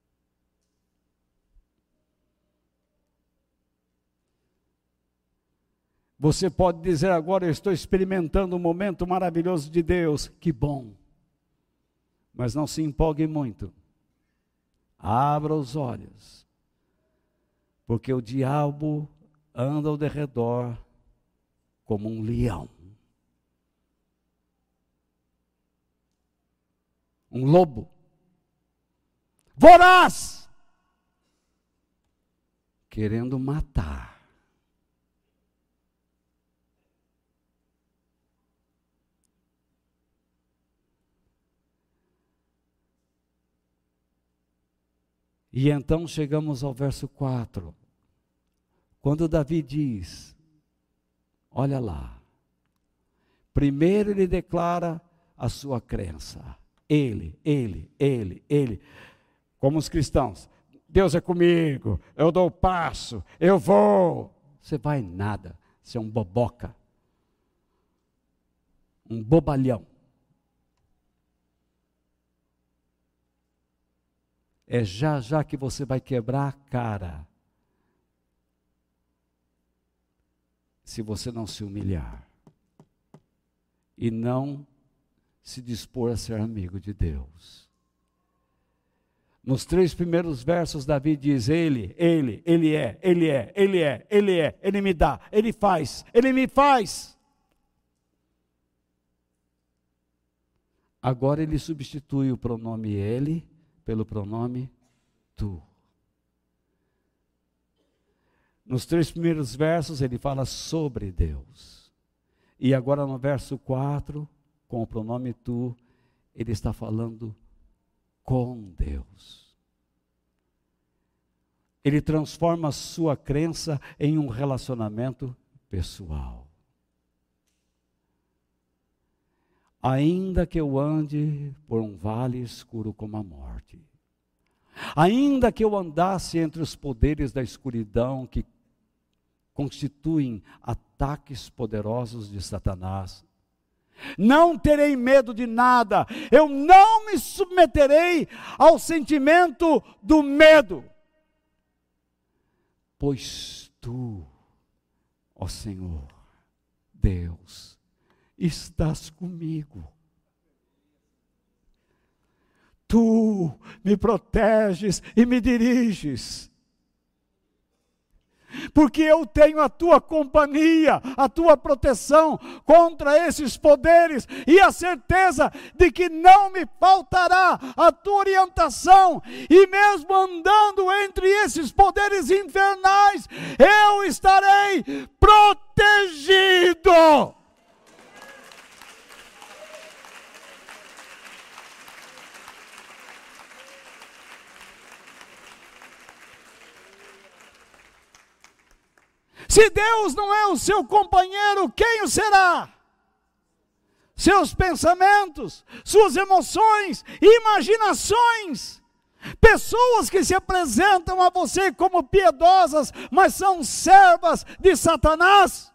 Você pode dizer agora: eu estou experimentando um momento maravilhoso de Deus. Que bom. Mas não se empolgue muito. Abra os olhos. Porque o diabo anda ao derredor como um leão. Um lobo, voraz, querendo matar. E então chegamos ao verso 4, quando Davi diz, olha lá, primeiro ele declara a sua crença. Ele, como os cristãos, Deus é comigo, eu dou o passo, eu vou. Você vai nada, você é um boboca, um bobalhão. É já que você vai quebrar a cara, se você não se humilhar, e não se dispor a ser amigo de Deus. Nos 3 primeiros versos, Davi diz: Ele me dá, Ele faz, Ele me faz. Agora ele substitui o pronome ele pelo pronome tu. Nos 3 primeiros versos ele fala sobre Deus. E agora no verso 4, com o pronome tu, ele está falando com Deus. Ele transforma a sua crença em um relacionamento pessoal. Ainda que eu ande por um vale escuro como a morte, ainda que eu andasse entre os poderes da escuridão que constituem ataques poderosos de Satanás, não terei medo de nada, eu não me submeterei ao sentimento do medo, pois tu, ó Senhor, Deus, estás comigo. Tu me proteges e me diriges. porque eu tenho a tua companhia, a tua proteção contra esses poderes e a certeza de que não me faltará a tua orientação, e mesmo andando entre esses poderes infernais, eu estarei protegido. Se Deus não é o seu companheiro, quem o será? Seus pensamentos, suas emoções, imaginações. Pessoas que se apresentam a você como piedosas, mas são servas de Satanás.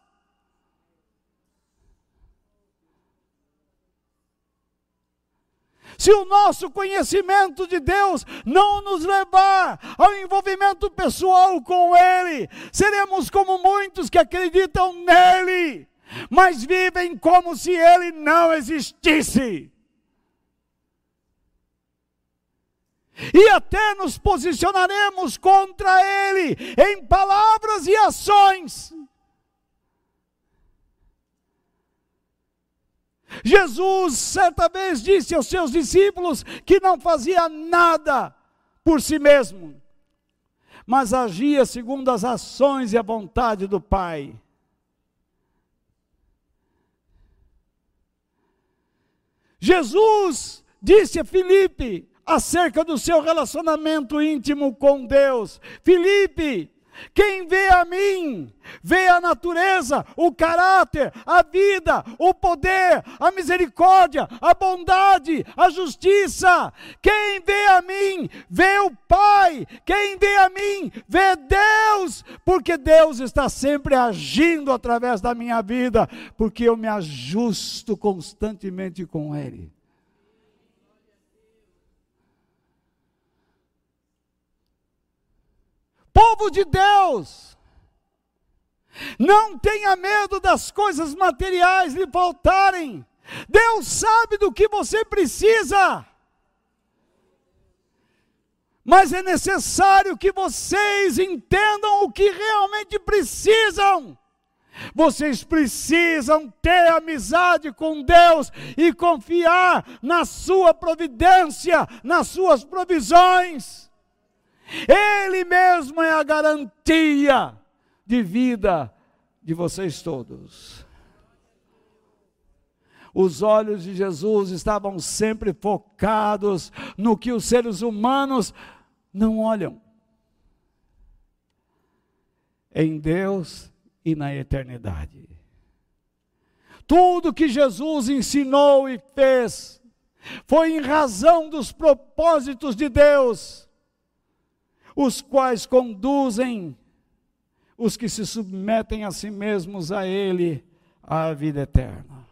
Se o nosso conhecimento de Deus não nos levar ao envolvimento pessoal com Ele, seremos como muitos que acreditam nele, mas vivem como se Ele não existisse. E até nos posicionaremos contra Ele em palavras e ações. Jesus certa vez disse aos seus discípulos que não fazia nada por si mesmo, mas agia segundo as ações e a vontade do Pai. Jesus disse a Filipe acerca do seu relacionamento íntimo com Deus: Filipe, quem vê a mim, vê a natureza, o caráter, a vida, o poder, a misericórdia, a bondade, a justiça. Quem vê a mim, vê o Pai. Quem vê a mim, vê Deus, porque Deus está sempre agindo através da minha vida, porque eu me ajusto constantemente com Ele. Povo de Deus, não tenha medo das coisas materiais lhe faltarem. Deus sabe do que você precisa, mas é necessário que vocês entendam o que realmente precisam. Vocês precisam ter amizade com Deus e confiar na sua providência, nas suas provisões. Ele mesmo é a garantia de vida de vocês todos. Os olhos de Jesus estavam sempre focados no que os seres humanos não olham: em Deus e na eternidade. Tudo que Jesus ensinou e fez foi em razão dos propósitos de Deus, os quais conduzem os que se submetem a si mesmos a Ele, à vida eterna.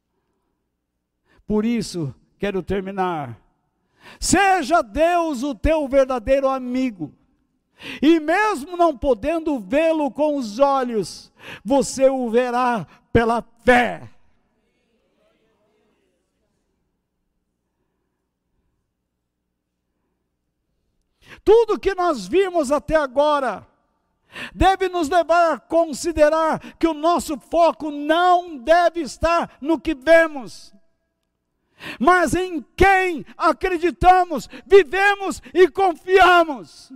Por isso, quero terminar: seja Deus o teu verdadeiro amigo, e mesmo não podendo vê-lo com os olhos, você o verá pela fé. Tudo que nós vimos até agora deve nos levar a considerar que o nosso foco não deve estar no que vemos, mas em quem acreditamos, vivemos e confiamos.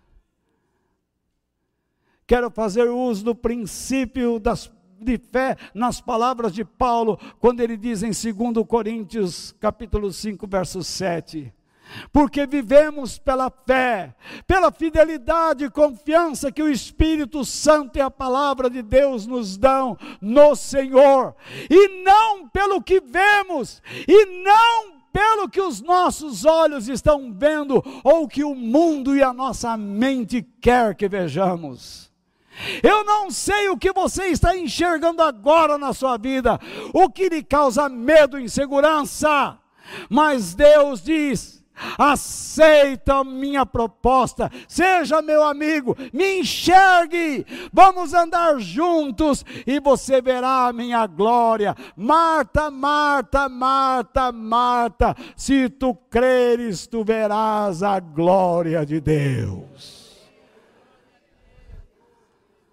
Quero fazer uso do princípio de fé nas palavras de Paulo, quando ele diz em 2 Coríntios capítulo 5, verso 7. Porque vivemos pela fé, pela fidelidade e confiança que o Espírito Santo e a palavra de Deus nos dão no Senhor, e não pelo que vemos, e não pelo que os nossos olhos estão vendo, ou que o mundo e a nossa mente quer que vejamos. Eu não sei o que você está enxergando agora na sua vida, o que lhe causa medo e insegurança, mas Deus diz: aceita a minha proposta, seja meu amigo, me enxergue, vamos andar juntos e você verá a minha glória. Marta, Marta, Marta, Marta, se tu creres, tu verás a glória de Deus.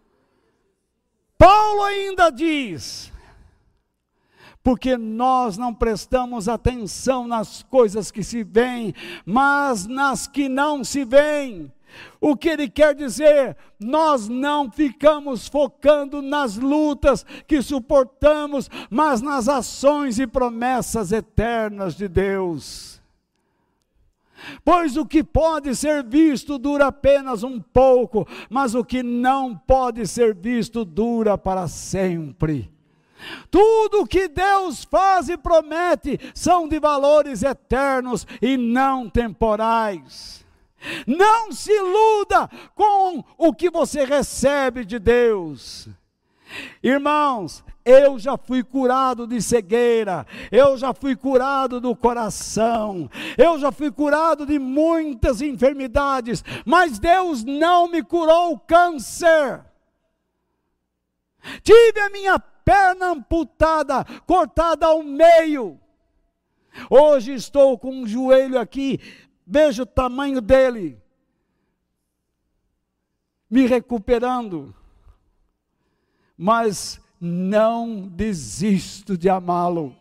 Paulo ainda diz: porque nós não prestamos atenção nas coisas que se veem, mas nas que não se veem. O que ele quer dizer? Nós não ficamos focando nas lutas que suportamos, mas nas ações e promessas eternas de Deus. Pois o que pode ser visto dura apenas um pouco, mas o que não pode ser visto dura para sempre. Tudo que Deus faz e promete são de valores eternos e não temporais. Não se iluda com o que você recebe de Deus. Irmãos, eu já fui curado de cegueira, eu já fui curado do coração, eu já fui curado de muitas enfermidades, mas Deus não me curou o câncer. Tive a minha perna amputada, cortada ao meio. Hoje estou com um joelho aqui, veja o tamanho dele, me recuperando, mas não desisto de amá-lo.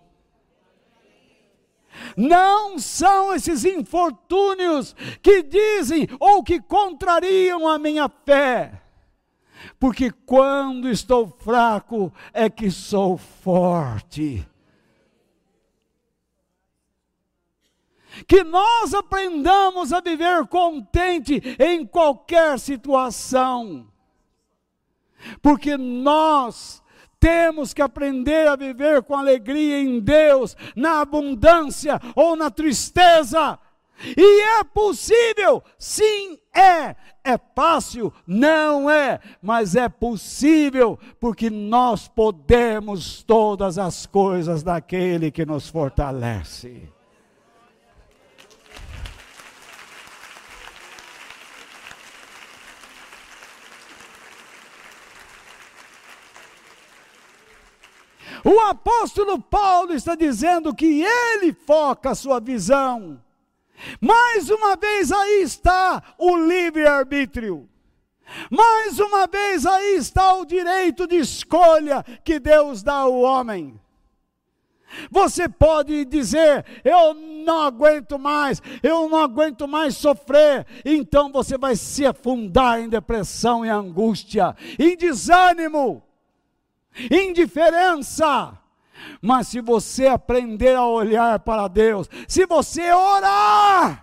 Não são esses infortúnios que dizem ou que contrariam a minha fé, porque quando estou fraco é que sou forte. Que nós aprendamos a viver contente em qualquer situação, porque nós temos que aprender a viver com alegria em Deus, na abundância ou na tristeza. E é possível, sim é. É fácil? Não é, mas é possível, porque nós podemos todas as coisas daquele que nos fortalece. O apóstolo Paulo está dizendo que ele foca a sua visão. Mais uma vez aí está o livre-arbítrio. Mais uma vez aí está o direito de escolha que Deus dá ao homem. Você pode dizer: eu não aguento mais, eu não aguento mais sofrer. Então você vai se afundar em depressão, em angústia, em desânimo, indiferença. Mas se você aprender a olhar para Deus, se você orar,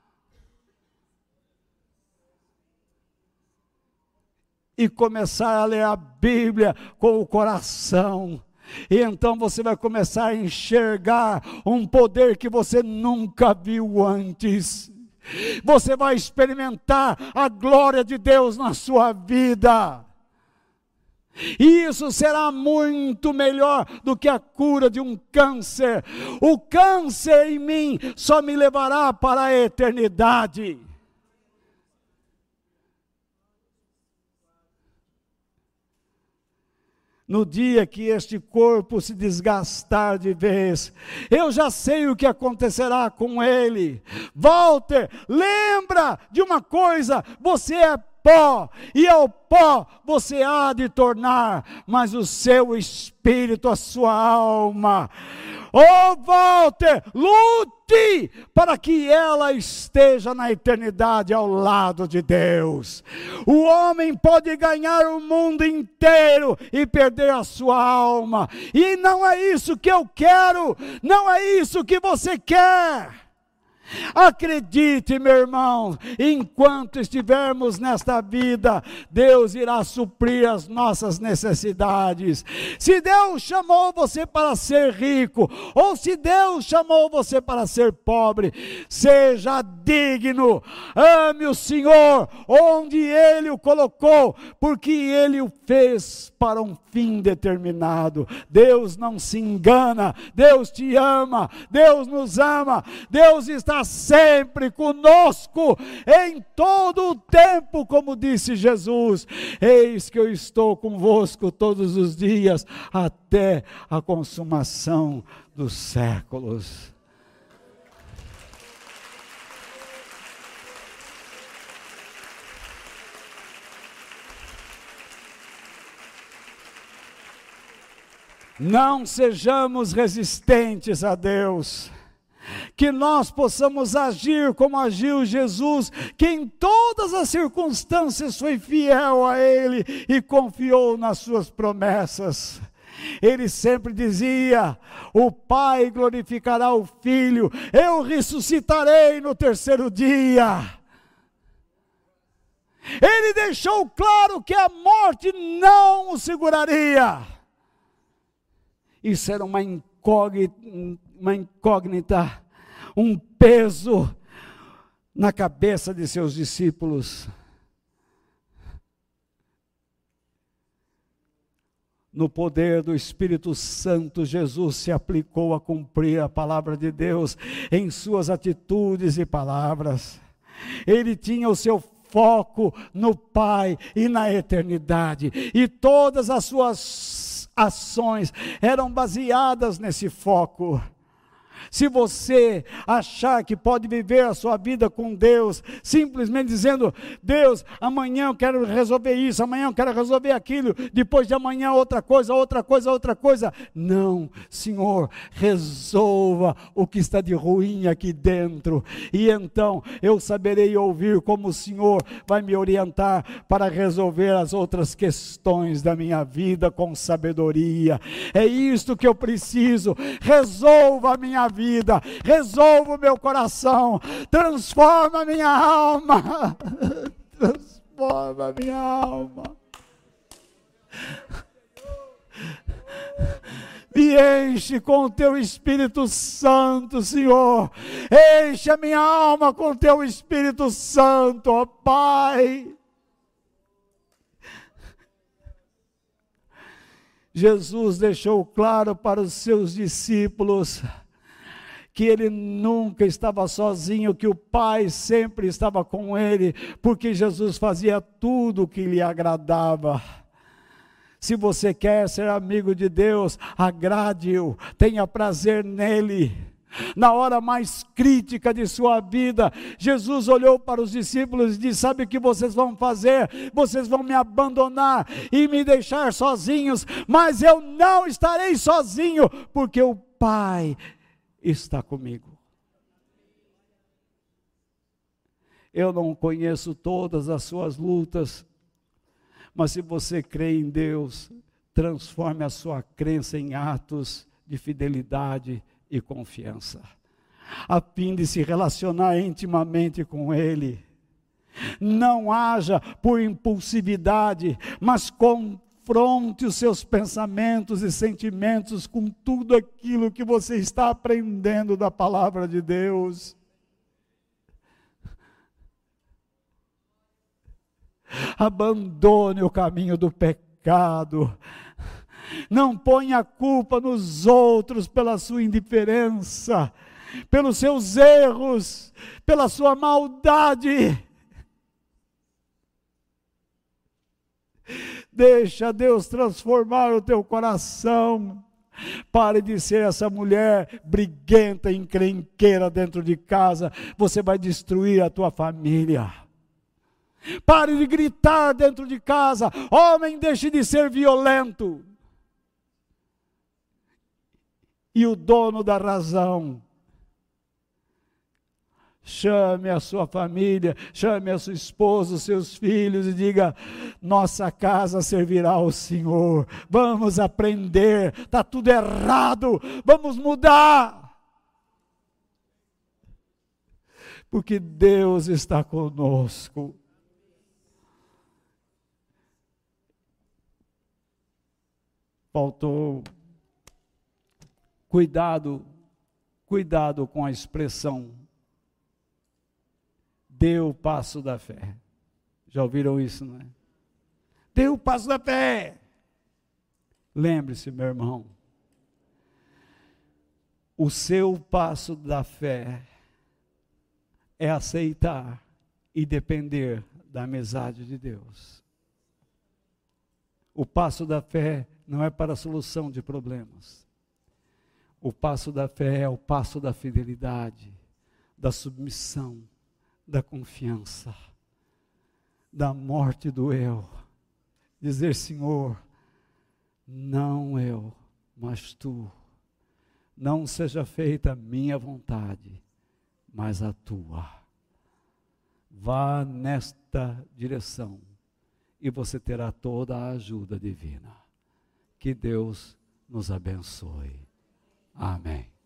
e começar a ler a Bíblia com o coração, e então você vai começar a enxergar um poder que você nunca viu antes. Você vai experimentar a glória de Deus na sua vida. E isso será muito melhor do que a cura de um câncer. O câncer em mim só me levará para a eternidade. No dia que este corpo se desgastar de vez, eu já sei o que acontecerá com ele. Walter, lembra de uma coisa: você é pó, e ao pó você há de tornar, mas o seu espírito, a sua alma. Walter, lute para que ela esteja na eternidade ao lado de Deus. O homem pode ganhar o mundo inteiro e perder a sua alma, e não é isso que eu quero, não é isso que você quer. Acredite, meu irmão, enquanto estivermos nesta vida, Deus irá suprir as nossas necessidades. Se Deus chamou você para ser rico, ou se Deus chamou você para ser pobre, seja digno, ame o Senhor onde Ele o colocou, porque Ele o fez para um fim determinado. Deus não se engana, Deus te ama, Deus nos ama, Deus está sempre conosco, em todo o tempo, como disse Jesus: eis que eu estou convosco todos os dias, até a consumação dos séculos. Não sejamos resistentes a Deus. Que nós possamos agir como agiu Jesus, que em todas as circunstâncias foi fiel a Ele e confiou nas suas promessas. Ele sempre dizia: o Pai glorificará o Filho, eu ressuscitarei no terceiro dia. Ele deixou claro que a morte não o seguraria. Isso era uma incógnita, um peso na cabeça de seus discípulos. No poder do Espírito Santo, Jesus se aplicou a cumprir a palavra de Deus em suas atitudes e palavras. Ele tinha o seu foco no Pai e na eternidade, e todas as suas ações eram baseadas nesse foco. Se você achar que pode viver a sua vida com Deus, simplesmente dizendo: Deus, amanhã eu quero resolver isso, amanhã eu quero resolver aquilo, depois de amanhã outra coisa. Não, Senhor, resolva o que está de ruim aqui dentro, e então eu saberei ouvir como o Senhor vai me orientar para resolver as outras questões da minha vida com sabedoria. É isto que eu preciso. Resolva a minha vida, resolva o meu coração, transforma a minha alma, transforma a minha alma. Me enche com o teu Espírito Santo, Senhor. Enche a minha alma com o teu Espírito Santo, ó Pai. Jesus deixou claro para os seus discípulos que ele nunca estava sozinho, que o Pai sempre estava com ele, porque Jesus fazia tudo o que lhe agradava. Se você quer ser amigo de Deus, agrade-o, tenha prazer nele. Na hora mais crítica de sua vida, Jesus olhou para os discípulos e disse: sabe o que vocês vão fazer? Vocês vão me abandonar e me deixar sozinhos, mas eu não estarei sozinho, porque o Pai está comigo. Eu não conheço todas as suas lutas, mas se você crê em Deus, transforme a sua crença em atos de fidelidade e confiança, a fim de se relacionar intimamente com Ele. Não haja por impulsividade, mas confronte os seus pensamentos e sentimentos com tudo aquilo que você está aprendendo da palavra de Deus. Abandone o caminho do pecado. Não ponha a culpa nos outros pela sua indiferença, pelos seus erros, pela sua maldade. Deixa Deus transformar o teu coração. Pare de ser essa mulher briguenta, encrenqueira dentro de casa. Você vai destruir a tua família. Pare de gritar dentro de casa. Homem, deixe de ser violento. E o dono da razão, chame a sua família, chame a sua esposa, os seus filhos e diga: nossa casa servirá ao Senhor. Vamos aprender, está tudo errado, vamos mudar. Porque Deus está conosco. Faltou cuidado com a expressão dê o passo da fé. Já ouviram isso, não é? Dê o passo da fé. Lembre-se, meu irmão, o seu passo da fé é aceitar e depender da amizade de Deus. O passo da fé não é para a solução de problemas. O passo da fé é o passo da fidelidade, da submissão, da confiança, da morte do eu. Dizer: Senhor, não eu, mas tu, não seja feita a minha vontade, mas a tua. Vá nesta direção e você terá toda a ajuda divina. Que Deus nos abençoe. Amém.